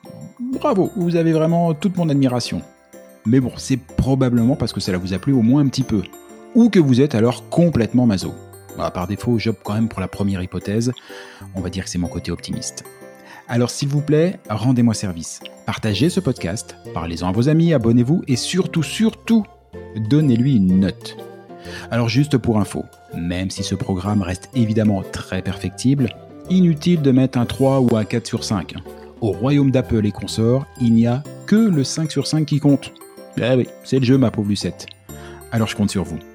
bravo, vous avez vraiment toute mon admiration. Mais bon, c'est probablement parce que cela vous a plu au moins un petit peu. Ou que vous êtes alors complètement maso. Bah, par défaut, j'opte quand même pour la première hypothèse. On va dire que c'est mon côté optimiste. Alors s'il vous plaît, rendez-moi service. Partagez ce podcast, parlez-en à vos amis, abonnez-vous et surtout, surtout, donnez-lui une note. Alors juste pour info, même si ce programme reste évidemment très perfectible, inutile de mettre un trois ou un quatre sur cinq. Au royaume d'Apple et consorts, il n'y a que le cinq sur cinq qui compte. Ah oui, c'est le jeu ma pauvre Lucette. Alors je compte sur vous.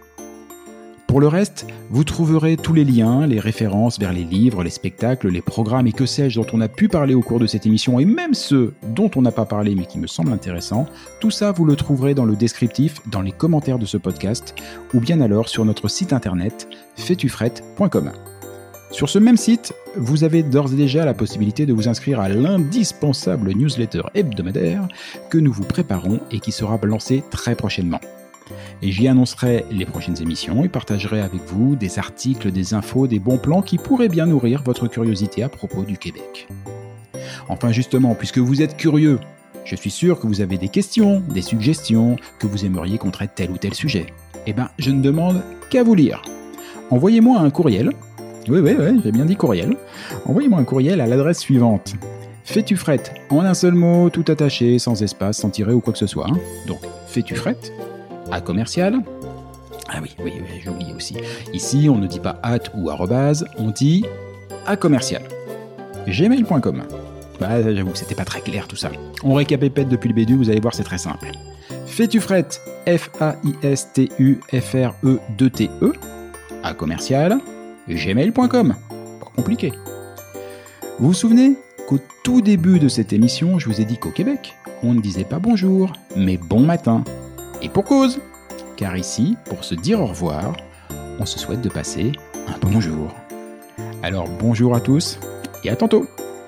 Pour le reste, vous trouverez tous les liens, les références vers les livres, les spectacles, les programmes et que sais-je dont on a pu parler au cours de cette émission et même ceux dont on n'a pas parlé mais qui me semblent intéressants. Tout ça, vous le trouverez dans le descriptif, dans les commentaires de ce podcast ou bien alors sur notre site internet fetufrette point com. Sur ce même site, vous avez d'ores et déjà la possibilité de vous inscrire à l'indispensable newsletter hebdomadaire que nous vous préparons et qui sera lancé très prochainement. Et j'y annoncerai les prochaines émissions et partagerai avec vous des articles, des infos, des bons plans qui pourraient bien nourrir votre curiosité à propos du Québec. Enfin justement, puisque vous êtes curieux, je suis sûr que vous avez des questions, des suggestions, que vous aimeriez qu'on traite tel ou tel sujet. Eh ben, je ne demande qu'à vous lire. Envoyez-moi un courriel. Oui, oui, oui, j'ai bien dit courriel. Envoyez-moi un courriel à l'adresse suivante. Fetufrette, en un seul mot, tout attaché, sans espace, sans tiret ou quoi que ce soit. Hein. Donc, Fetufrette, à commercial. Ah oui, oui, oui, j'ai oublié aussi. Ici, on ne dit pas at ou arrobase, on dit à commercial. gmail point com. Bah, j'avoue que c'était pas très clair tout ça. On récapépète depuis le début, vous allez voir, c'est très simple. Fetufrette, F A I S T U F R E deux T E, à commercial, gmail point com. Pas compliqué. Vous vous souvenez qu'au tout début de cette émission, je vous ai dit qu'au Québec, on ne disait pas bonjour, mais bon matin. Et pour cause, car ici, pour se dire au revoir, on se souhaite de passer un bonjour. Alors bonjour à tous et à tantôt.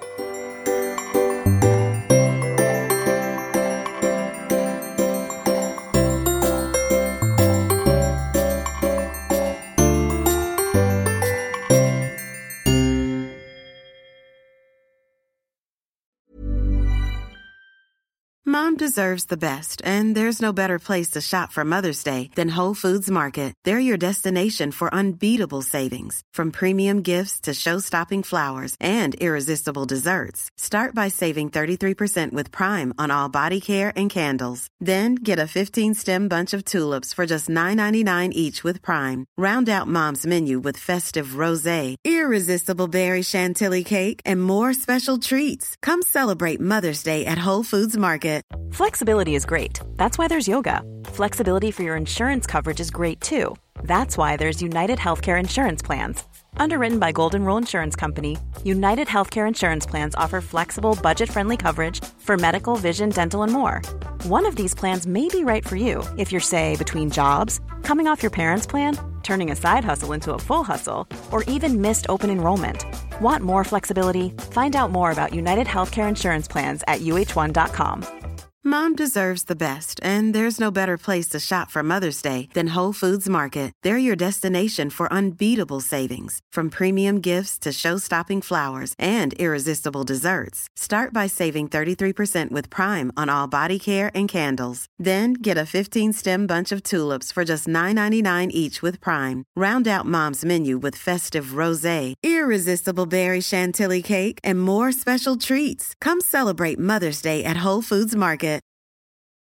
Mom deserves the best, and there's no better place to shop for Mother's Day than Whole Foods Market. They're your destination for unbeatable savings, from premium gifts to show-stopping flowers and irresistible desserts. Start by saving thirty-three percent with Prime on all body care and candles. Then get a fifteen-stem bunch of tulips for just nine ninety-nine each with Prime. Round out Mom's menu with festive rosé, irresistible berry chantilly cake, and more special treats. Come celebrate Mother's Day at Whole Foods Market. Flexibility is great. That's why there's yoga. Flexibility for your insurance coverage is great too. That's why there's United Healthcare Insurance Plans. Underwritten by Golden Rule Insurance Company, United Healthcare Insurance Plans offer flexible, budget-friendly coverage for medical, vision, dental, and more. One of these plans may be right for you if you're, say, between jobs, coming off your parents' plan, turning a side hustle into a full hustle, or even missed open enrollment. Want more flexibility? Find out more about United Healthcare Insurance Plans at U H one dot com. Mom deserves the best, and there's no better place to shop for Mother's Day than Whole Foods Market. They're your destination for unbeatable savings, from premium gifts to show-stopping flowers and irresistible desserts. Start by saving thirty-three percent with Prime on all body care and candles. Then get a fifteen-stem bunch of tulips for just nine ninety-nine each with Prime. Round out Mom's menu with festive rosé, irresistible berry chantilly cake, and more special treats. Come celebrate Mother's Day at Whole Foods Market.